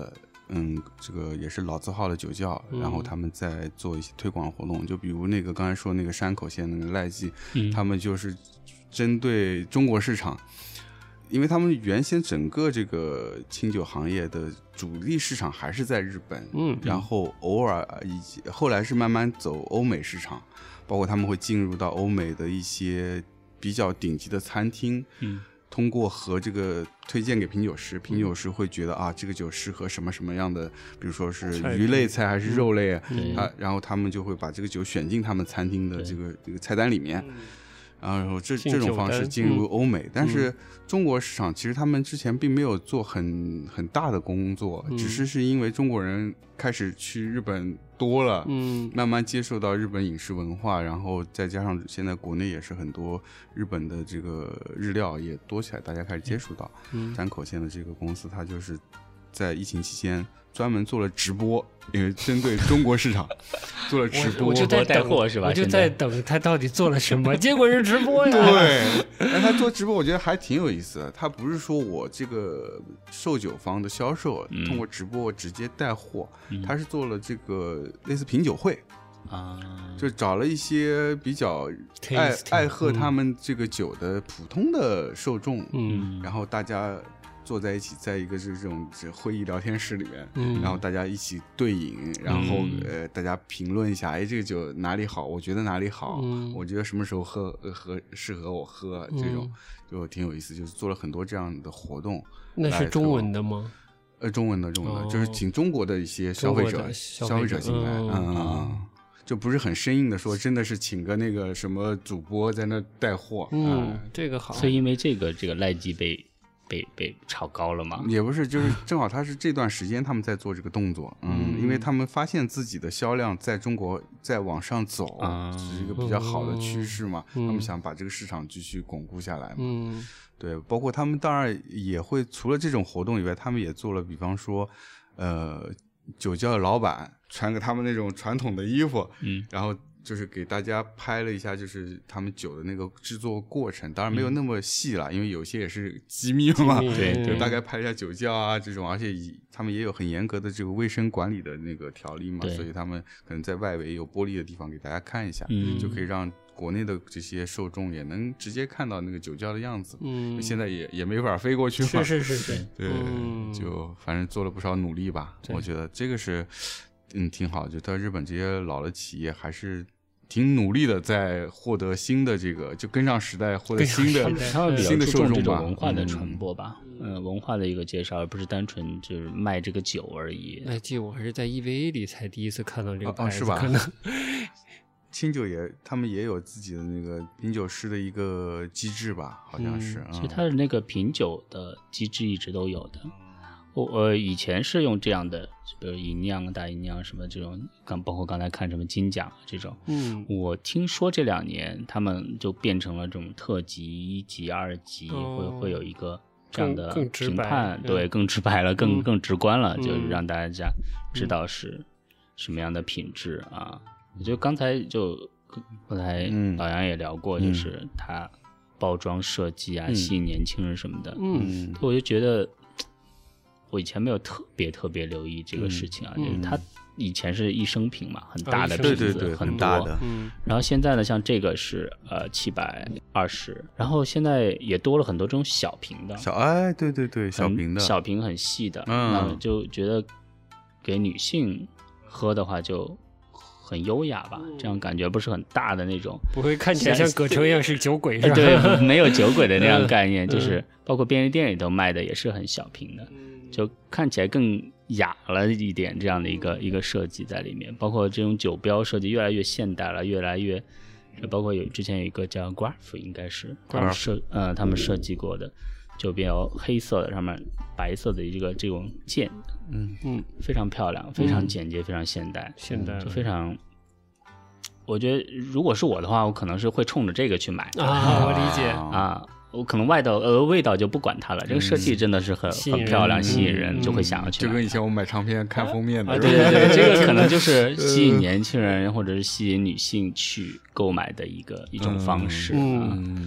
嗯，这个也是老字号的酒窖，嗯、然后他们在做一些推广活动，就比如那个刚才说那个山口县那个赖记，嗯、他们就是针对中国市场，因为他们原先整个这个清酒行业的主力市场还是在日本，嗯，然后偶尔以及后来是慢慢走欧美市场，包括他们会进入到欧美的一些比较顶级的餐厅，嗯。通过和这个推荐给品酒师，品酒师会觉得啊，这个酒适合什么什么样的，比如说是鱼类菜还是肉类啊， 嗯、 他然后他们就会把这个酒选进他们餐厅的这个这个菜单里面，然后这这种方式进入欧美，嗯、但是中国市场其实他们之前并没有做很很大的工作，嗯、只是是因为中国人开始去日本多了，嗯，慢慢接受到日本饮食文化，然后再加上现在国内也是很多日本的这个日料也多起来，大家开始接触到。嗯，山口县的这个公司，它就是在疫情期间专门做了直播，因为针对中国市场做了直播， 我就在带货是吧？ 我就在等他到底做了什么，结果是直播呀。 对，但他做直播我觉得还挺有意思的。他不是说我这个售酒方的销售、嗯、通过直播直接带货，嗯、他是做了这个类似品酒会。啊，就找了一些比较爱爱喝他们这个酒的普通的受众，嗯，然后大家坐在一起，在一个这种会议聊天室里面，嗯，然后大家一起对饮，然后、嗯、呃，大家评论一下，哎，这个酒哪里好？我觉得哪里好？嗯、我觉得什么时候喝喝适合我喝，这种就挺有意思，就是做了很多这样的活动。 那是中文的吗？ 呃，中文的，中文的，哦、就是请中国的一些消费者消费者进来，嗯嗯。嗯就不是很生硬的说，真的是请个那个什么主播在那带货， 嗯，嗯这个好。 所以因为这个这个赖基被被被炒高了嘛？ 也不是，就是正好他是这段时间他们在做这个动作，嗯，嗯因为他们发现自己的销量在中国在往上走，嗯、是一个比较好的趋势嘛，嗯、他们想把这个市场继续巩固下来嘛，嗯，对，包括他们当然也会除了这种活动以外，他们也做了，比方说，呃。酒窖的老板穿个他们那种传统的衣服，嗯，然后就是给大家拍了一下，就是他们酒的那个制作过程，当然没有那么细了，嗯、因为有些也是机密嘛， 对， 就大概拍一下酒窖啊这种，而且他们也有很严格的这个卫生管理的那个条例嘛，所以他们可能在外围有玻璃的地方给大家看一下，嗯，就可以让国内的这些受众也能直接看到那个酒窖的样子，嗯，现在也也没法飞过去嘛， 是是是是， 对，嗯、就反正做了不少努力吧，我觉得这个是，嗯，挺好，就在日本这些老的企业还是挺努力的，在获得新的这个，就跟上时代，获得新的新的受众吧， 文化的传播吧，嗯、呃，文化的一个介绍，而不是单纯就是卖这个酒而已。 哎，记得我还是在 E V A 里才第一次看到这个牌子， 哦，是吧？ 可能。 清酒也，他们也有自己的那个品酒师的一个机制吧，好像是。 嗯、其实他的那个品酒的机制一直都有的。我呃以前是用这样的，比如银酿、大银酿什么这种，刚包括刚才看什么金奖这种。嗯。我听说这两年他们就变成了这种特级、一级、二级，哦、会会有一个这样的评判，对，更直白了，更、嗯、更直观了，嗯、就是让大家知道是什么样的品质啊。我觉得刚才就刚才老杨也聊过，嗯、就是他包装设计啊，嗯、吸引年轻人什么的。嗯，我就觉得我以前没有特别特别留意这个事情啊，嗯、就是他以前是一升瓶嘛，很大的瓶子， 对对对， 很大的。 嗯，然后现在呢，像这个是呃七百二十，然后现在也多了很多这种小瓶的， 小哎，对对对，小瓶的， 小瓶很细的，嗯，就觉得给女性喝的话就。很优雅吧，这样感觉不是很大的那种， 不会看起来像葛城一样是酒鬼是吧？ 对，没有酒鬼的那样概念，就是包括便利店里头卖的也是很小瓶的，就看起来更雅了一点，这样的一个一个设计在里面。包括这种酒标设计越来越现代了，越来越，包括有之前有一个叫 Graph， 应该是他们设呃他们设计过的酒标，黑色的上面白色的一个这种剑。嗯嗯，非常漂亮，非常简洁，嗯、非常现代， 现代就非常。我觉得如果是我的话，我可能是会冲着这个去买啊，我理解啊，我可能外道呃味道就不管它了，这个设计真的是很、嗯、很漂亮，吸引人，嗯、就会想要去买。 就跟以前我买唱片看封面的， 啊、对对对，这个可能就是吸引年轻人或者是吸引女性去购买的一个一种方式啊。嗯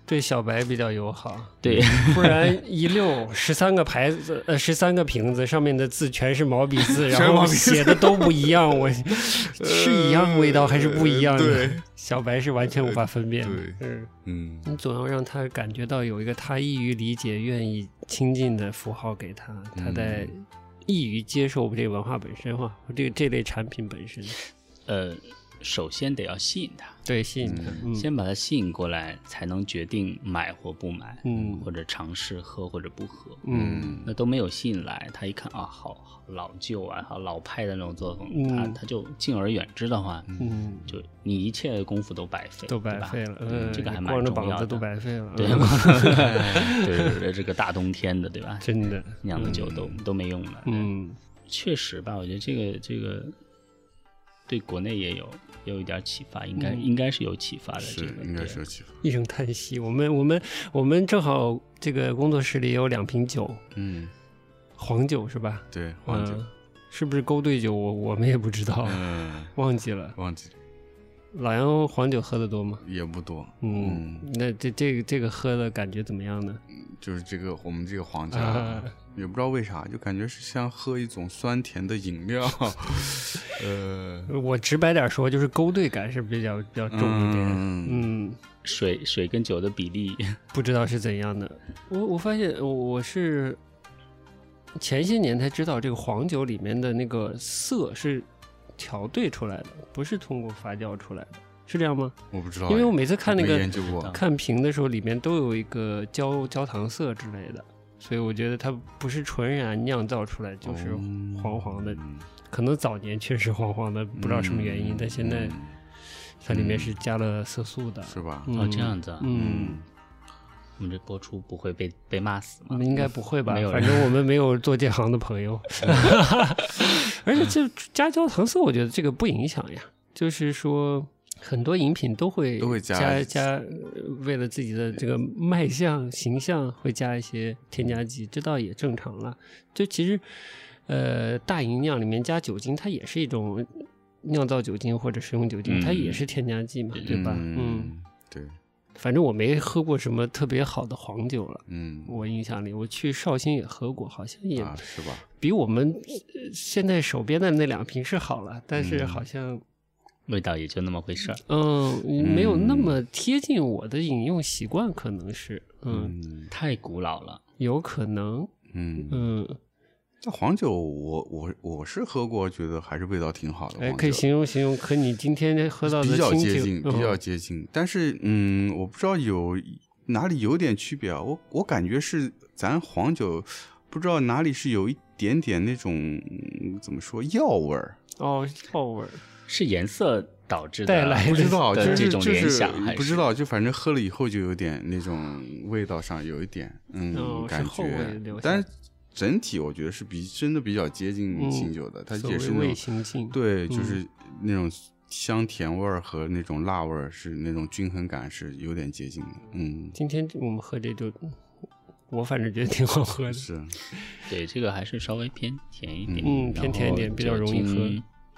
对小白比较友好， 对， 不然一溜十三个牌子，呃，十三个瓶子上面的字全是毛笔字，然后写的都不一样，我是一样味道还是不一样的？ 对， 小白是完全无法分辨的。 对，嗯， 你总要让他感觉到有一个他易于理解、愿意亲近的符号给他，他在易于接受这个文化本身哈，这个这类产品本身。 呃，首先得要吸引他， 对，吸引他，嗯、 先把他吸引过来，才能决定买或不买， 嗯， 或者尝试喝或者不喝， 嗯， 那都没有吸引来，他一看啊，好好老旧啊，好老派的那种作风， 嗯、 他他就敬而远之的话， 嗯， 就你一切的功夫都白费， 都白费了，嗯， 这个还蛮光着重要的， 膀子都白费了， 对吗？对对，这个大冬天的，对吧？ 真的酿的酒都、嗯、都没用了， 嗯， 确实吧，我觉得这个这个对国内也有。有一点启发，应该、嗯、应该是有启发的， 是、 这个、 应该是有启发。 一声叹息，我们我们我们正好这个工作室里有两瓶酒， 嗯， 黄酒是吧？ 对，黄酒、 嗯、是不是勾兑酒？我我们也不知道， 嗯， 忘记了， 忘记了。 老杨黄酒喝的多吗？ 也不多， 嗯，嗯那这这个这个喝的感觉怎么样呢？ 就是这个我们这个黄酒、 啊， 也不知道为啥，就感觉是像喝一种酸甜的饮料。呃， 我直白点说，就是勾兑感是比较比较重一点。 嗯， 嗯水水跟酒的比例不知道是怎样的。我我发现我是前些年才知道，这个黄酒里面的那个色是调兑出来的，不是通过发酵出来的，是这样吗？ 我不知道， 因为我每次看那个看瓶的时候，里面都有一个焦焦糖色之类的，所以我觉得它不是纯然酿造出来就是黄黄的， 嗯、 可能早年确实黄黄的，不知道什么原因，嗯、但现在它里面是加了色素的， 是吧？ 嗯、 哦，这样子啊， 嗯。 我们这播出不会被被骂死吗？ 应该不会吧？ 没有， 反正我们没有做这行的朋友。而且这加焦糖色，我觉得这个不影响呀。就是说，很多饮品都会都会加加，为了自己的这个卖相形象，会加一些添加剂，这倒也正常了。就其实，呃，大吟酿里面加酒精，它也是一种酿造酒精或者食用酒精， 嗯、 它也是添加剂嘛， 嗯、 对吧？ 嗯， 嗯对。 反正我没喝过什么特别好的黄酒了， 嗯， 我印象里我去绍兴也喝过，好像也、 啊、是吧？ 比我们现在手边的那两瓶是好了，但是好像、 嗯、味道也就那么回事儿， 嗯，没有那么贴近我的饮用习惯，可能是，嗯， 嗯太古老了， 有可能， 嗯嗯。 这黄酒我我我是喝过，觉得还是味道挺好的。 哎，可以形容形容。可你今天喝到的比较接近， 嗯、 比较接近。但是嗯，我不知道有哪里有点区别啊。我我感觉是咱黄酒，不知道哪里是有一点点那种、嗯、怎么说药味儿。 哦，药味儿是颜色导致的带来不知道，就是这种联想就是、不知道，就反正喝了以后就有点那种味道上有一点嗯、 哦、 感觉，但是。整体我觉得是比真的比较接近清酒的，嗯、它也是那种对，就是那种香甜味儿和那种辣味儿是那种均衡感是有点接近的。嗯， 今天我们喝这就，我反正觉得挺好喝的。 是， 对，这个还是稍微偏甜一点， 嗯，偏甜一点，比较容易喝。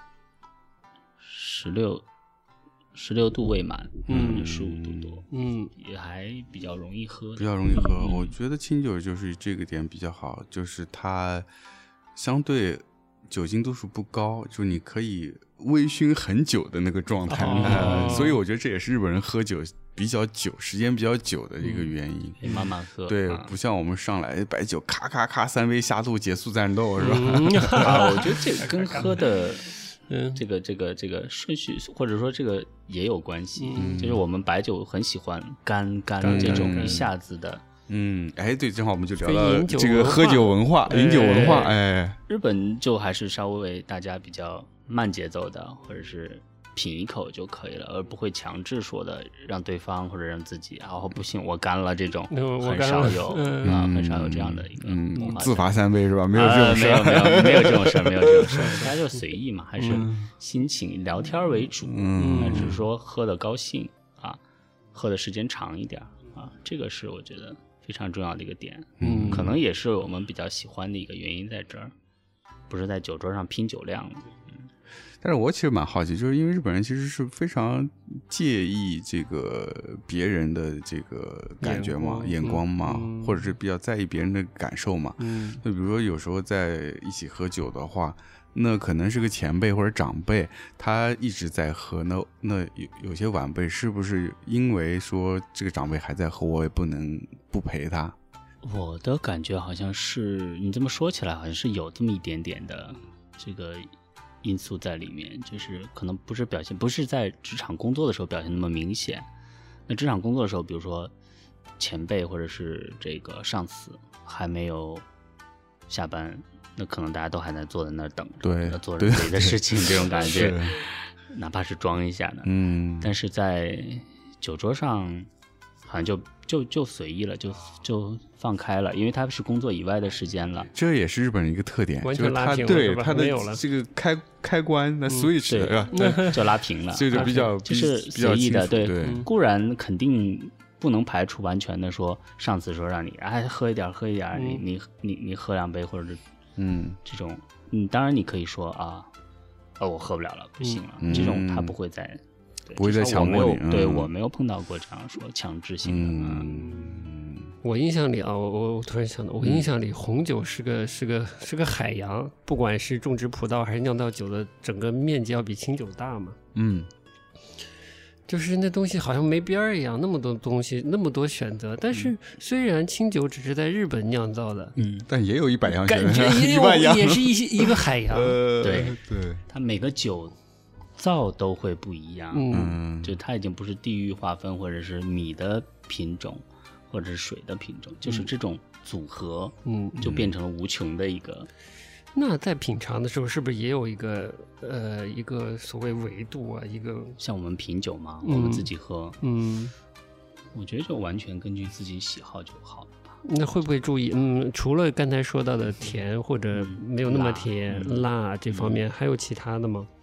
十六。十六度未满， 嗯， 十五度多， 嗯， 也还比较容易喝， 比较容易喝。嗯、我觉得清酒就是这个点比较好，就是它相对酒精度数不高，就你可以微醺很久的那个状态。 哦呃、所以我觉得这也是日本人喝酒比较久、时间比较久的一个原因。 可以慢慢喝， 对， 啊、 不像我们上来白酒咔咔咔三杯下肚结束战斗，是吧？ 嗯啊，我觉得这个跟喝的。 嗯， 这个这个这个顺序或者说这个也有关系， 嗯、 就是我们白酒很喜欢干干这种一下子的， 嗯，哎，对，正好我们就聊到这个喝酒文化、饮酒文化，哎， 日本就还是稍微大家比较慢节奏的，或者是品一口就可以了，而不会强制说的让对方或者让自己，然后不行我干了这种，很少有、 嗯、 啊，很少有这样的一个嗯，自罚三杯是吧？没有这种事、 啊，没有没有没有这种事，没有这种事，大家就随意嘛，还是心情、嗯、聊天为主， 嗯， 还是说喝的高兴啊，喝的时间长一点啊，这个是我觉得非常重要的一个点， 嗯， 可能也是我们比较喜欢的一个原因在这儿，不是在酒桌上拼酒量。 但是我其实蛮好奇，就是因为日本人其实是非常介意这个别人的这个感觉嘛、眼光, 眼光嘛、嗯，或者是比较在意别人的感受嘛。嗯，就比如说有时候在一起喝酒的话，那可能是个前辈或者长辈，他一直在喝，那那有有些晚辈是不是因为说这个长辈还在喝，我也不能不陪他？ 我的感觉好像是你这么说起来，好像是有这么一点点的这个因素在里面，就是可能不是表现，不是在职场工作的时候表现那么明显。那职场工作的时候，比如说前辈或者是这个上司还没有下班，那可能大家都还在坐在那儿等着， 对， 要做着自己的事情，这种感觉，哪怕是装一下呢。嗯，但是在酒桌上，好像就就就随意了，就就放开了，因为他是工作以外的时间了。 这也是日本人一个特点， 完全拉平了， 就是他对他的这个开开关，那 switch 的、嗯、就拉平了， 这就比较就是随意的，对，对固然肯定不能排除完全的说，上次说让你哎喝一点喝一点，嗯、你你你你喝两杯或者是嗯这种，嗯当然你可以说啊，哦我喝不了了，不行了，嗯、这种他不会再。 不会再强迫你， 嗯、对我没有碰到过这样说强制性的。 嗯，我印象里啊，我我突然想到，我印象里红酒是个是个是个海洋，不管是种植葡萄还是酿造酒的，整个面积要比清酒大嘛。嗯，就是那东西好像没边儿一样，那么多东西，那么多选择。但是虽然清酒只是在日本酿造的， 嗯，但也有一百样， 感觉也有也是一一个海洋。 呃、 对对， 它每个酒造都会不一样，嗯，就它已经不是地域划分，或者是米的品种，或者是水的品种，就是这种组合，嗯，就变成了无穷的一个。 那在品尝的时候，是不是也有一个呃一个所谓维度啊？一个像我们品酒嘛，嗯、我们自己喝，嗯，我觉得就完全根据自己喜好就好了吧。 那会不会注意？嗯，除了刚才说到的甜或者没有那么甜、嗯、辣, 辣这方面，嗯、还有其他的吗？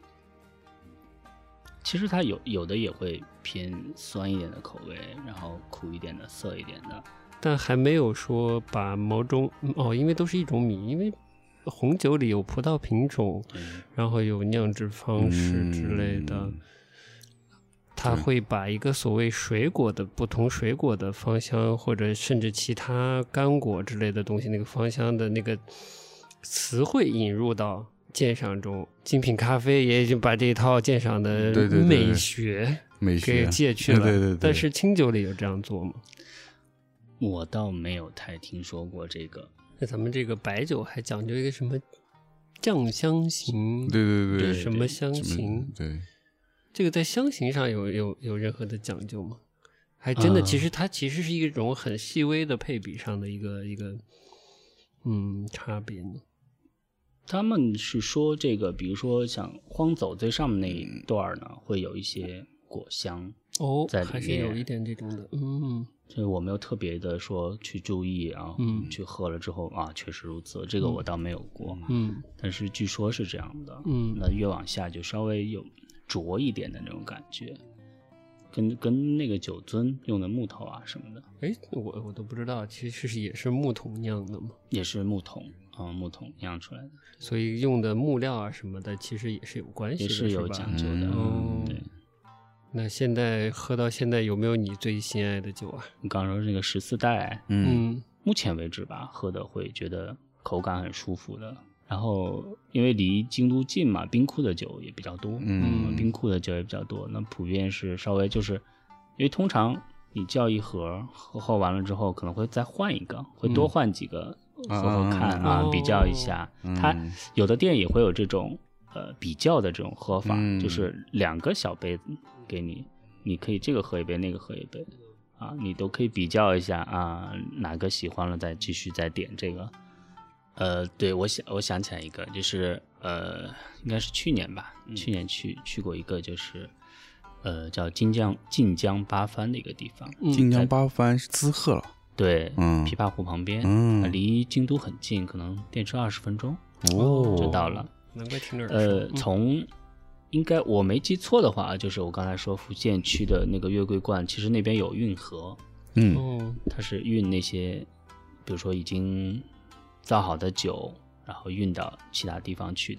其实它有有的也会偏酸一点的口味，然后苦一点的、涩一点的， 但还没有说把某种哦，因为都是一种米，因为红酒里有葡萄品种，然后有酿制方式之类的，嗯、它会把一个所谓水果的不同水果的芳香，或者甚至其他干果之类的东西，那个芳香的那个词汇引入到鉴赏中。精品咖啡也已经把这一套鉴赏的美学给借去了， 对对对对， 但是清酒里有这样做吗？ 我倒没有太听说过这个。 那咱们这个白酒还讲究一个什么酱香型， 对对对， 什么香型？ 对， 这个在香型上有有有任何的讲究吗？还真的，其实它其实是一种很细微的配比上的一个一个嗯差别呢。 他们是说这个，比如说像荒走最上面那一段呢，会有一些果香哦， 在里面， 还是有一点这种的，嗯， 所以我没有特别的说去注意啊，嗯，去喝了之后啊，确实如此，这个我倒没有过，嗯，但是据说是这样的，嗯，那越往下就稍微有浊一点的那种感觉，跟跟那个酒樽用的木头啊什么的， 哎，我我都不知道，其实是也是木桶酿的吗？ 也是木桶。嗯，木桶酿出来的， 所以用的木料啊什么的，其实也是有关系的， 也是有讲究的。 嗯， 对。 那现在喝到现在，有没有你最心爱的酒啊？ 你刚说这个十四代，嗯，目前为止吧，喝的会觉得口感很舒服的。然后因为离京都近嘛，冰库的酒也比较多，嗯，冰库的酒也比较多，那普遍是稍微就是，因为通常你叫一盒喝喝完了之后，可能会再换一个，会多换几个。喝喝看啊，比较一下，嗯、它有的店也会有这种呃比较的这种喝法，嗯、就是两个小杯子给你，你可以这个喝一杯，那个喝一杯，啊，你都可以比较一下啊，哪个喜欢了再继续再点这个。呃，对我想我想起来一个，就是呃应该是去年吧，嗯、去年去去过一个就是呃叫晋江晋江八幡的一个地方， 晋江八幡是滋贺了。 对，嗯，琵琶湖旁边，嗯，离京都很近，可能电车二十分钟哦就到了。 难怪听着呃，从应该我没记错的话，就是我刚才说福建区的那个月桂冠，其实那边有运河，嗯，它是运那些，比如说已经造好的酒，然后运到其他地方去的。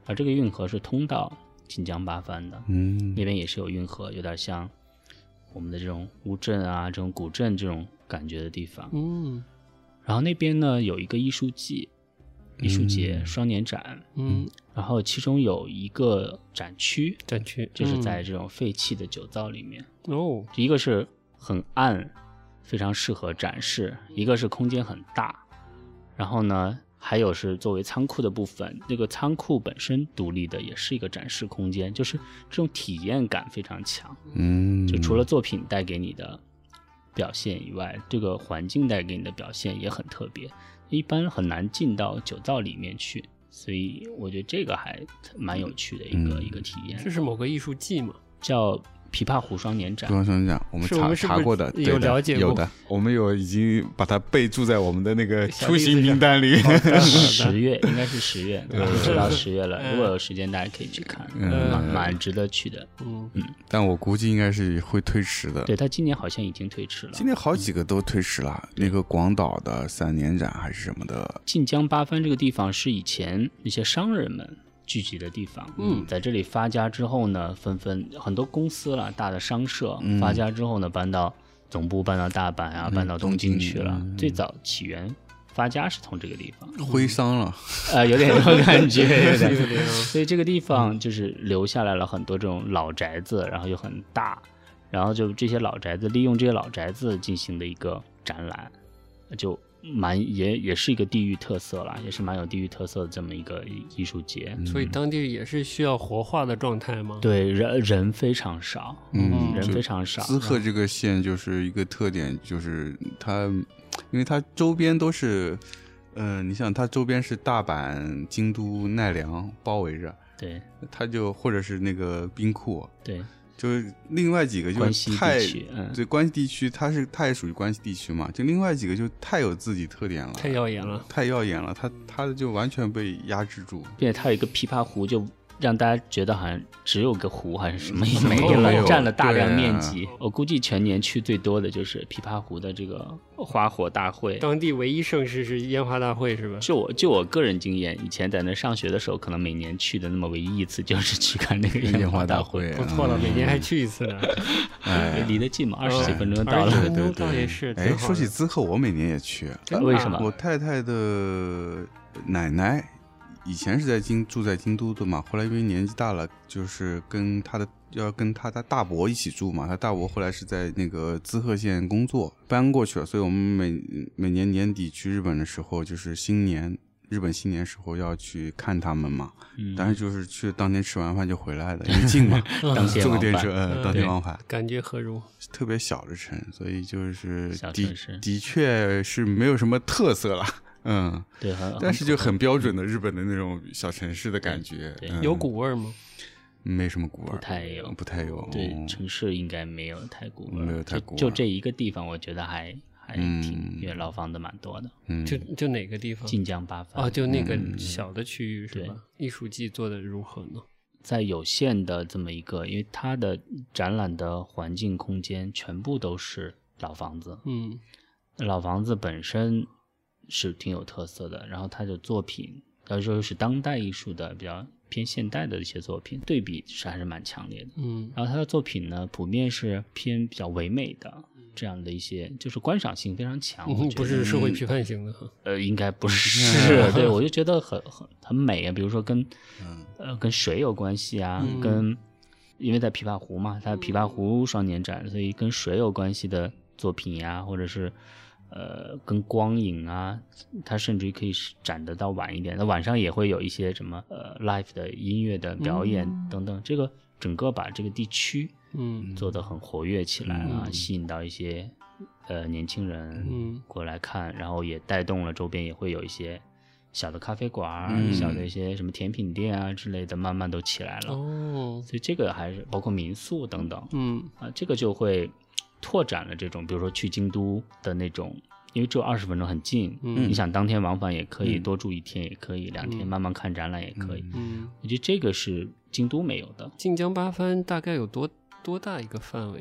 而这个运河是通到晋江八幡的， 嗯， 那边也是有运河，有点像我们的这种乌镇啊，这种古镇这种感觉的地方。 嗯， 然后那边呢有一个艺术季、艺术节、双年展， 嗯， 然后其中有一个展区， 展区就是在这种废弃的酒造里面。 嗯、哦， 一个是很暗，非常适合展示；一个是空间很大，然后呢，还有是作为仓库的部分，那个仓库本身独立的，也是一个展示空间，就是这种体验感非常强。 嗯， 就除了作品带给你的表现以外，这个环境带给你的表现也很特别，一般很难进到酒造里面去，所以我觉得这个还蛮有趣的一个、嗯、一个体验。 这是某个艺术季吗？ 叫琵琶湖双年展。 双年展，我们查我们是不是查过的， 有了解过， 有的，我们有已经把它备注在我们的那个出行名单里。 十月应该是十月，不知道十月了。如果有时间，大家可以去看， 嗯、 蛮蛮值得去的。 嗯嗯， 但我估计应该是会推迟的。 对，他今年好像已经推迟了。 今年好几个都推迟了，那个广岛的三年展还是什么的。 晋江八幡这个地方是以前那些商人们聚集的地方， 嗯， 在这里发家之后呢，纷纷很多公司了，大的商社、嗯、发家之后呢，搬到总部，搬到大阪啊，嗯、搬到东京去了。嗯、最早起源发家是从这个地方， 徽商了， 呃，有点这种感觉，有点，有点。所以这个地方就是留下来了很多这种老宅子，然后又很大，然后就这些老宅子利用这些老宅子进行的一个展览，就。蛮也也是一个地域特色啦，也是蛮有地域特色的这么一个艺术节， 所以当地也是需要活化的状态吗？ 对，人人非常少， 嗯， 人非常少。 滋贺这个县就是一个特点，就是它，因为它周边都是，呃，你想它周边是大阪、京都、奈良包围着， 对， 它就或者是那个兵库， 对。 就是另外几个就是太嗯、 对关西地区，它是它也属于关西地区嘛，就另外几个就太有自己特点了， 太耀眼了， 太耀眼了，它它就完全被压制住， 并且它有一个琵琶湖，就让大家觉得好像只有个湖还是什么也没有，占了大量面积。我估计全年去最多的就是琵琶湖的这个花火大会， 当地唯一盛事是烟花大会，是吧？ 就我就我个人经验，以前在那上学的时候，可能每年去的那么唯一一次就是去看那个烟花大会， 不错了，每年还去一次呢。 哎，离得近嘛，二十几分钟就到了。 对对对，也是。 哎，说起滋贺，我每年也去， 为什么？ 我太太的奶奶。以前是在京住在京都的嘛，后来因为年纪大了，就是跟他的要跟他的大伯一起住嘛，他大伯后来是在那个滋贺县工作，搬过去了，所以我们每每年年底去日本的时候，就是新年日本新年时候要去看他们嘛，嗯、但是就是去当天吃完饭就回来的，因为近嘛， 当天坐个电车，呃，当天往返， 感觉何如？ 特别小的城，所以就是小城市的的确是没有什么特色了。嗯， 对， 但是就很标准的日本的那种小城市的感觉， 对对嗯、 有古味吗？ 没什么古味， 不太有， 不太有。 对，嗯、城市应该没有太古味， 没有太古味。 就这一个地方，我觉得还还挺，嗯、因为老房子蛮多的。 嗯，就就哪个地方？ 晋江八幡。 哦，就那个小的区域、嗯、是吧？艺术季做的如何呢？ 在有限的这么一个，因为它的展览的环境空间全部都是老房子， 嗯， 老房子本身是挺有特色的，然后他的作品要说是当代艺术的比较偏现代的一些作品，对比是还是蛮强烈的。 嗯， 然后他的作品呢，普遍是偏比较唯美的这样的一些，就是观赏性非常强。 嗯、不是社会批判型的。 呃，应该不是。嗯、对，我就觉得很很很美啊，比如说跟呃跟水有关系啊， 嗯、 跟因为在琵琶湖嘛，它琵琶湖双年展，所以跟水有关系的作品呀，或者是。呃，跟光影啊，它甚至于可以展得到晚一点。那晚上也会有一些什么呃 live 的音乐的表演等等。嗯、这个整个把这个地区嗯做得很活跃起来啊，嗯、吸引到一些呃年轻人嗯过来看，然后也带动了周边也会有一些小的咖啡馆、 嗯、 小的一些什么甜品店啊之类的，慢慢都起来了。 哦， 所以这个还是包括民宿等等。 嗯啊，这个就会。拓展了这种，比如说去京都的那种，因为只有二十分钟很近， 嗯， 你想当天往返也可以， 嗯、 多住一天也可以，两天慢慢看展览也可以。 嗯， 我觉得这个是京都没有的。 晋江八幡大概有多多大一个范围啊？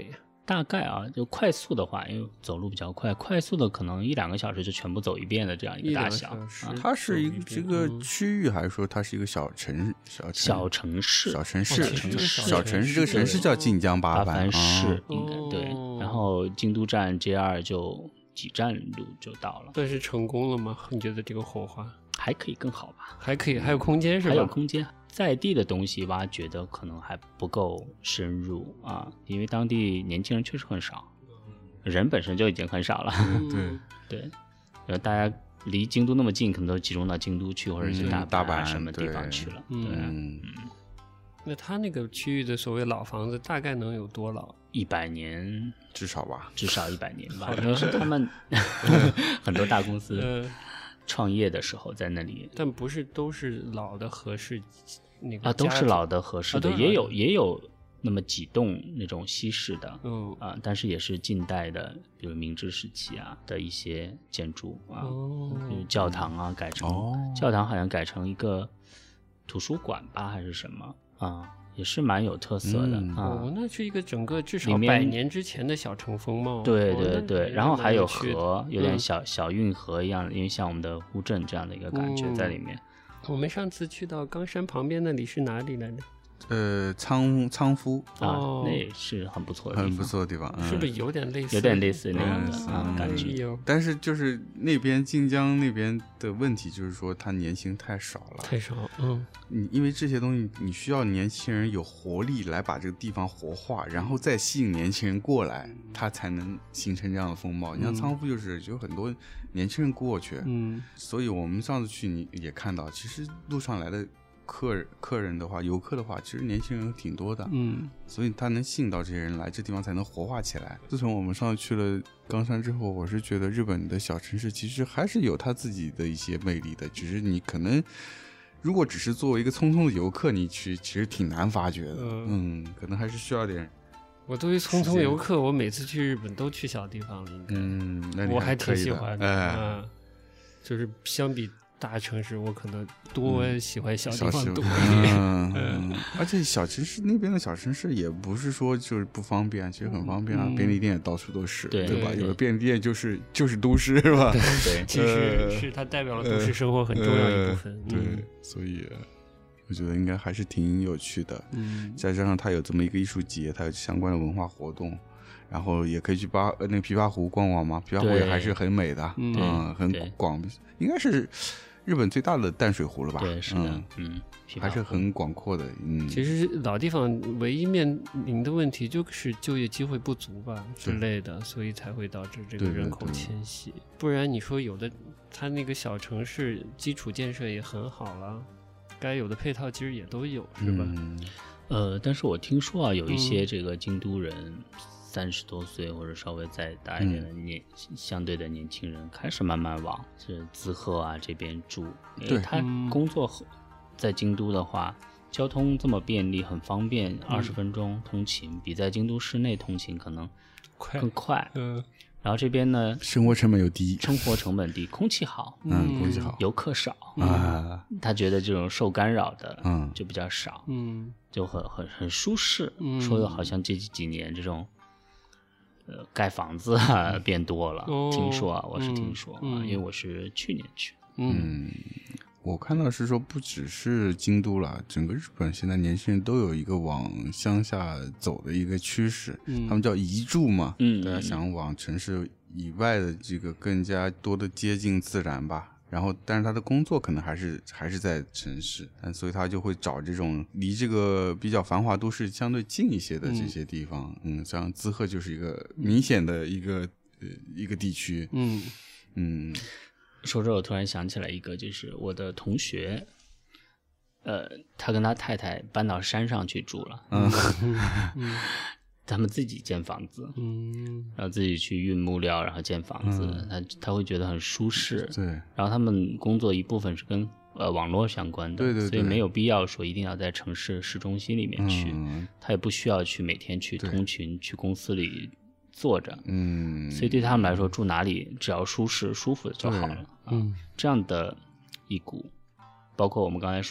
大概啊，就快速的话，因为走路比较快，快速的可能一两个小时就全部走一遍的这样一个大小。 啊、 它是一个这个区域，还是说它是一个小城小城小城市？ 小城市， 哦、城市小城市，这个城市叫晋江八幡市，应该、 哦、 对。然后京都站 J 二就几站路就到了。 但是成功了吗？你觉得这个火花还可以更好吧？ 还可以，还有空间是吧？ 还有空间。在地的东西挖掘的可能还不够深入啊，因为当地年轻人确实很少，人本身就已经很少了。 对对，呃，大家离京都那么近，可能都集中到京都去，或者是大阪、啊嗯、大阪什么地方去了。 嗯， 对嗯。 那他那个区域的所谓老房子大概能有多老？ 一百年至少吧， 至少一百年吧。因为是他们很多大公司创业的时候在那里， 但不是都是老的和氏那个啊，都是老的和氏的， 啊、 也有也有那么几栋那种西式的， 嗯啊，但是也是近代的，比如明治时期啊的一些建筑啊， 哦、 比如教堂啊改成、 哦、 教堂好像改成一个图书馆吧还是什么啊。也是蛮有特色的、 嗯、 啊！ 哦，那是一个整个至少百年之前的小城风貌。 对对对， 哦、 然后还有河，有点小、 嗯、 小运河一样，因为像我们的乌镇这样的一个感觉在里面。 嗯、我们上次去到冈山旁边那里是哪里来着？ 呃，仓仓敷啊、 哦， 那也是很不错的地方， 很不错的地方，嗯、 是不是有点类似？ 有点类似那样的、 嗯、 啊感觉、 哎。 但是就是那边晋江那边的问题，就是说它年轻太少了， 太少。嗯， 你因为这些东西，你需要年轻人有活力来把这个地方活化，然后再吸引年轻人过来，它才能形成这样的风貌。你像仓敷就是有很多年轻人过去， 嗯， 所以我们上次去你也看到，其实路上来的。客客人的话，游客的话，其实年轻人挺多的， 嗯， 所以他能吸引到这些人来，这地方才能活化起来。自从我们上次去了冈山之后，我是觉得日本的小城市其实还是有它自己的一些魅力的，只是你可能如果只是作为一个匆匆的游客，你去其实挺难发掘的，嗯, 嗯，可能还是需要点。 我作为匆匆游客，我每次去日本都去小地方了，应该， 嗯，那你我还挺可以喜欢的， 哎、 嗯，就是相比。大城市我可能多喜欢小地方多一点，嗯嗯，而且小城市那边的小城市也不是说就是不方便，其实很方便啊，嗯、便利店也到处都是， 对, 对吧？ 对有的便利店就是就是都市，是吧？ 对， 其实是它代表了都市生活很重要一部分。 呃呃、对、嗯，所以我觉得应该还是挺有趣的。 嗯， 再加上它有这么一个艺术节，它有相关的文化活动。然后也可以去八呃那个琵琶湖逛逛嘛，琵琶湖也还是很美的，嗯，嗯很广，应该是日本最大的淡水湖了吧？ 对，是的，嗯，嗯还是很广阔的，嗯。 其实老地方唯一面临的问题就是就业机会不足吧之类的，所以才会导致这个人口迁徙。不然你说有的，它那个小城市基础建设也很好了，该有的配套其实也都有，是吧？ 嗯、 呃，但是我听说啊，有一些这个京都人。嗯三十多岁或者稍微再大一点的年、嗯、相对的年轻人开始慢慢往是滋贺啊这边住，因为他工作在京都的话，交通这么便利很方便，二十分钟通勤、嗯、比在京都市内通勤可能更快。 嗯， 然后这边呢， 生活成本又低， 生活成本低，空气好， 嗯，空气好， 游客少啊、 嗯，他觉得这种受干扰的， 嗯， 就比较少， 嗯， 就很很很舒适。 嗯， 说的好像这几年这种。呃，盖房子啊变多了， 哦、 听说啊，我是听说啊、 嗯， 因为我是去年去。 嗯，我看到是说不只是京都了，整个日本现在年轻人都有一个往乡下走的一个趋势， 嗯、 他们叫移住嘛， 嗯， 大家想往城市以外的这个更加多的接近自然吧。然后，但是他的工作可能还是还是在城市，但所以他就会找这种离这个比较繁华都市相对近一些的这些地方。嗯，嗯像滋贺就是一个明显的一个呃一个地区。 嗯嗯， 说这我突然想起来一个，就是我的同学，呃，他跟他太太搬到山上去住了。 嗯。 嗯他们自己建房子， 嗯， 然后自己去运木料，然后建房子，嗯、他他会觉得很舒适。 对， 然后他们工作一部分是跟呃网络相关的， 对对对， 所以没有必要说一定要在城市市中心里面去， 嗯、 他也不需要去每天去通勤去公司里坐着， 嗯， 所以对他们来说住哪里只要舒适舒服就好了。 嗯、 啊，这样的一股，包括我们刚才说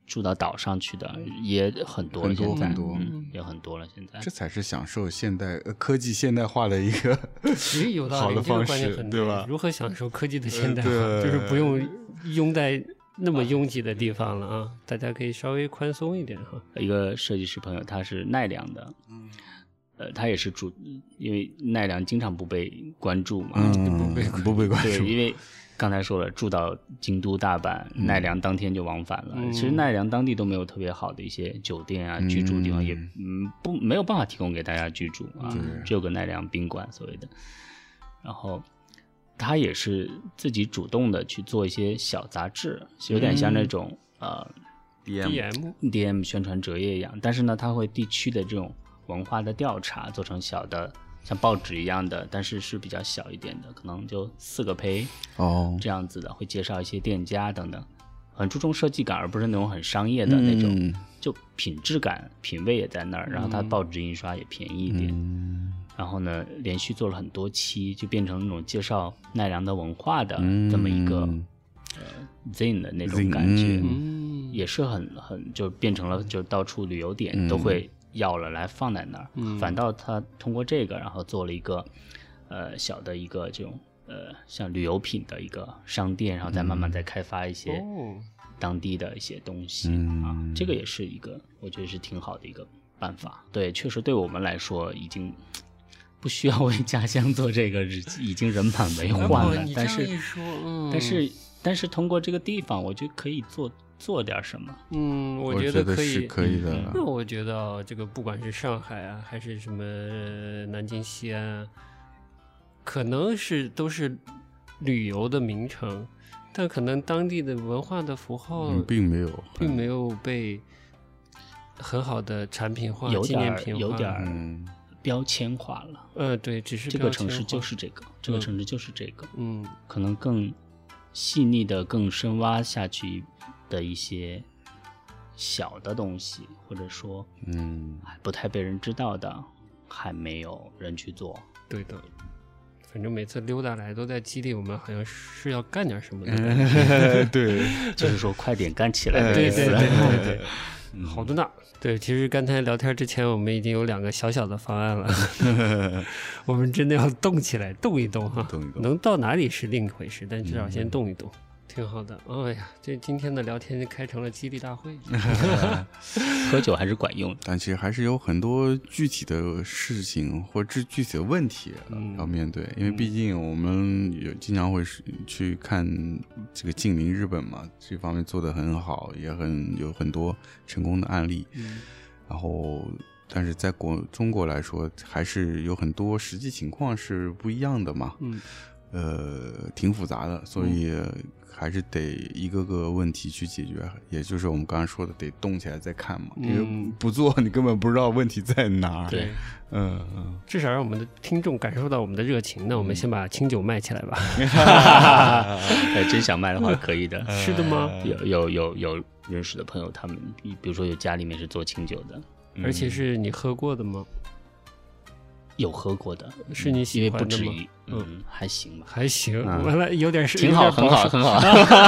住到岛上去的也很多了， 很多现在很多嗯，也很多了。现在这才是享受现代、呃、科技现代化的一个其实有道理， 好的方这个观念式， 很对吧？ 如何享受科技的现代化， 呃对就是不用拥在那么拥挤的地方了啊，大家可以稍微宽松一点哈。 一个设计师朋友，他是奈良的，呃，他也是主，因为奈良经常不被关注嘛， 嗯， 不被不被关对， 注， 因为刚才说了，住到京都、大阪、 嗯奈良当天就往返了。 嗯其实奈良当地都没有特别好的一些酒店啊， 嗯居住地方也嗯不没有办法提供给大家居住啊， 对只有个奈良宾馆所谓的。然后他也是自己主动的去做一些小杂志，有点像那种、呃 D D M M D M 宣传折页一样，但是呢，他会地区的这种文化的调查做成小的，像报纸一样的，但是是比较小一点的，可能就四个胚哦， 这样子的，会介绍一些店家等等，很注重设计感，而不是那种很商业的那种， 嗯就品质感、品味也在那儿，然后它报纸印刷也便宜一点。 嗯然后呢，连续做了很多期，就变成那种介绍奈良的文化的嗯这么一个、呃 zine 的那种感觉， 嗯也是很很就变成了就到处旅游点、 嗯都会要了来放在那儿。 嗯反倒他通过这个，然后做了一个呃小的一个这种呃像旅游品的一个商店，然后再慢慢再开发一些哦当地的一些东西、 嗯啊，这个也是一个我觉得是挺好的一个办法。对，确实对我们来说已经不需要为家乡做这个日记，已经人满为患了。 你这但是样一说，嗯， 但是但是通过这个地方，我就可以做做点什么。 嗯，我我觉得可以， 是可以的嗯那我觉得啊这个不管是上海啊，还是什么呃南京、西安啊，可能是都是旅游的名城，但可能当地的文化的符号嗯并没有， 并没有被很好的产品化、 有纪点儿念品化。 有点儿嗯标签化了。 呃，对，只是这个城市标签化就是这个，这个城市就是这个， 嗯可能更细腻的、更深挖下去的一些小的东西，或者说嗯还不太被人知道的，还没有人去做。 对的。反正每次溜达来都在激励我们，好像是要干点什么的。 嗯对， 就是说快点干起来的意思。 对对对对对，好的呢。对，其实刚才聊天之前，我们已经有两个小小的方案了，我们真的要动起来，动一动哈。 动一动能到哪里是另一回事，但至少先动一动，挺好的。哎呀，这今天的聊天就开成了激励大会。 喝酒还是管用的。 但其实还是有很多具体的事情或者具体的问题嗯要面对，因为毕竟我们有经常会去看这个近邻日本嘛，这方面做得很好，也很有很多成功的案例。 嗯然后，但是在国中国来说，还是有很多实际情况是不一样的嘛。 嗯呃，挺复杂的，所以还是得一个个问题去解决，也就是我们刚才说的，得动起来再看嘛。 嗯因为不做，你根本不知道问题在哪儿。 对， 嗯嗯。 至少让我们的听众感受到我们的热情。那我们先把清酒卖起来吧。 哎，真想卖的话可以的。 是的吗？ 有有有有认识的朋友，他们比如说有家里面是做清酒的， 而且是你喝过的吗？ 有喝过的， 是你因为喜欢的吗？ 不止一，嗯，还行吧， 还行， 嗯完了有点是挺好，很好，。很好。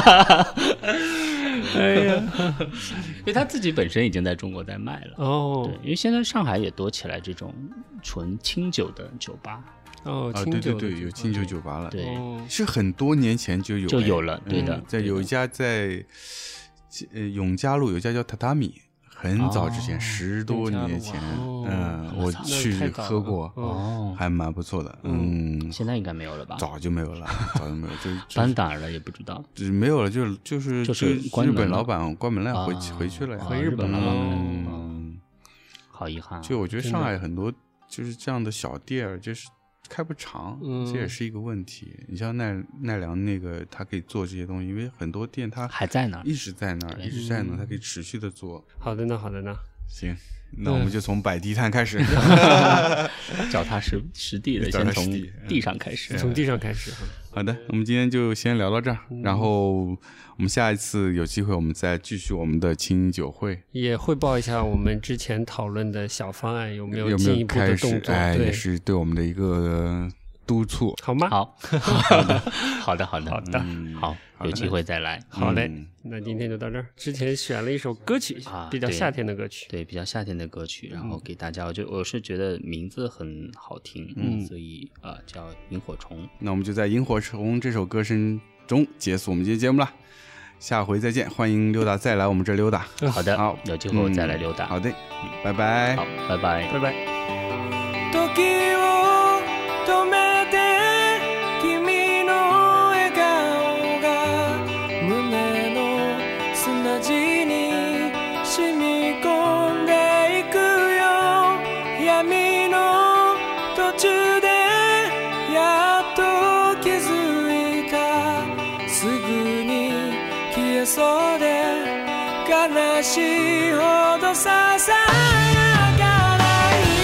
哎呀， 因为他自己本身已经在中国在卖了。 哦对，因为现在上海也多起来这种纯清酒的酒吧， 哦， 啊， 清对对对， 酒的酒吧有清酒酒吧了。 对哦是很多年前就有， 就有了对的嗯在对的有一家在呃永嘉路有一家叫榻榻米，很早之前， 哦十多年前， 永嘉路嗯， 哦我那去太早了喝过， 哦哦， 还蛮不错的，嗯， 现在应该没有了吧？ 早就没有了，早就没有，就就搬哪儿了也不知道。 就是没有了，就就是就是就关门了日本老板关门了，回啊回去了呀， 回日本了嗯， 好遗憾啊。 就我觉得真的上海很多就是这样的小店儿，就是开不长， 嗯这也是一个问题。你像奈奈良那个，他可以做这些东西，因为很多店他还在那儿一直在那儿， 对一直在那儿， 嗯他可以持续的做。 好的呢，好的呢。 行，那我们就从摆地摊开始。 脚踏实实地的， 脚踏先从实地地上开始。 从地上开始哈。 好的，我们今天就先聊到这儿，然后我们下一次有机会，我们再继续我们的清酒会。 也汇报一下我们之前讨论的小方案有没有没进一步有开始？ 的动作？ 哎， 对也，是对我们的一个督促， 好吗？ 好，好的，好的，好的， 好的嗯，好，有机会再来。 好嘞， 嗯那今天就到这儿。之前选了一首歌曲， 啊比较夏天的歌曲， 对，比较夏天的歌曲，然后给大家，我就我是觉得名字很好听，嗯，所以呃叫《萤火虫》。 那我们就在《萤火虫》这首歌声中结束我们今天节目了。下回再见，欢迎溜达再来我们这溜达。 好的， 好， 有机会我再来溜达。 好的，拜拜。 好，拜拜， 拜拜。 時を止めて君の笑顔が胸の砂地に染み込んでいくよ闇の途中でやっと気づいたすぐに消えそうで悲しいほどささやかな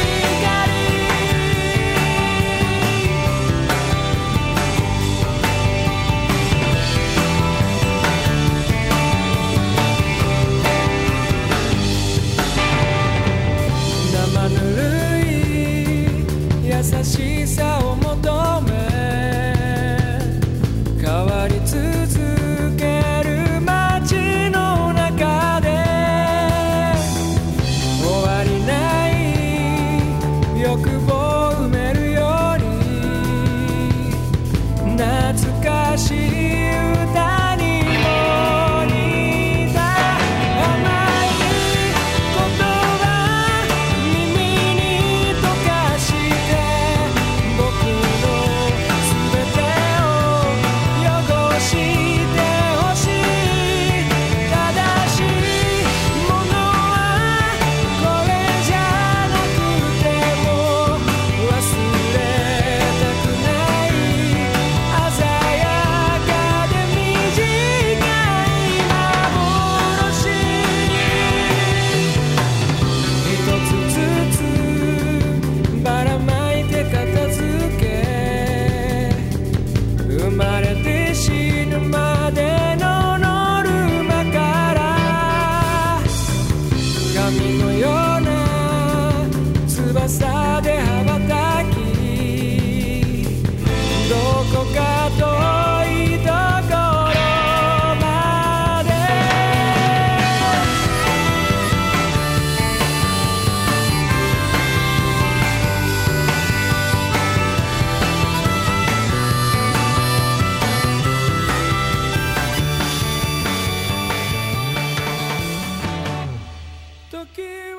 生ぬるい優しさを求め変わり続ける街の中で終わりない欲望を埋めるように懐かしい歌にも似た甘い言葉耳に溶かして僕の全てを汚してほしい正しいものはこれじゃなくても忘れたくない鮮やかで短い幻一つずつばらまいて片付け生まれて死ぬまでのノルマから紙のような翼で羽ばたきどこか遠いところまで時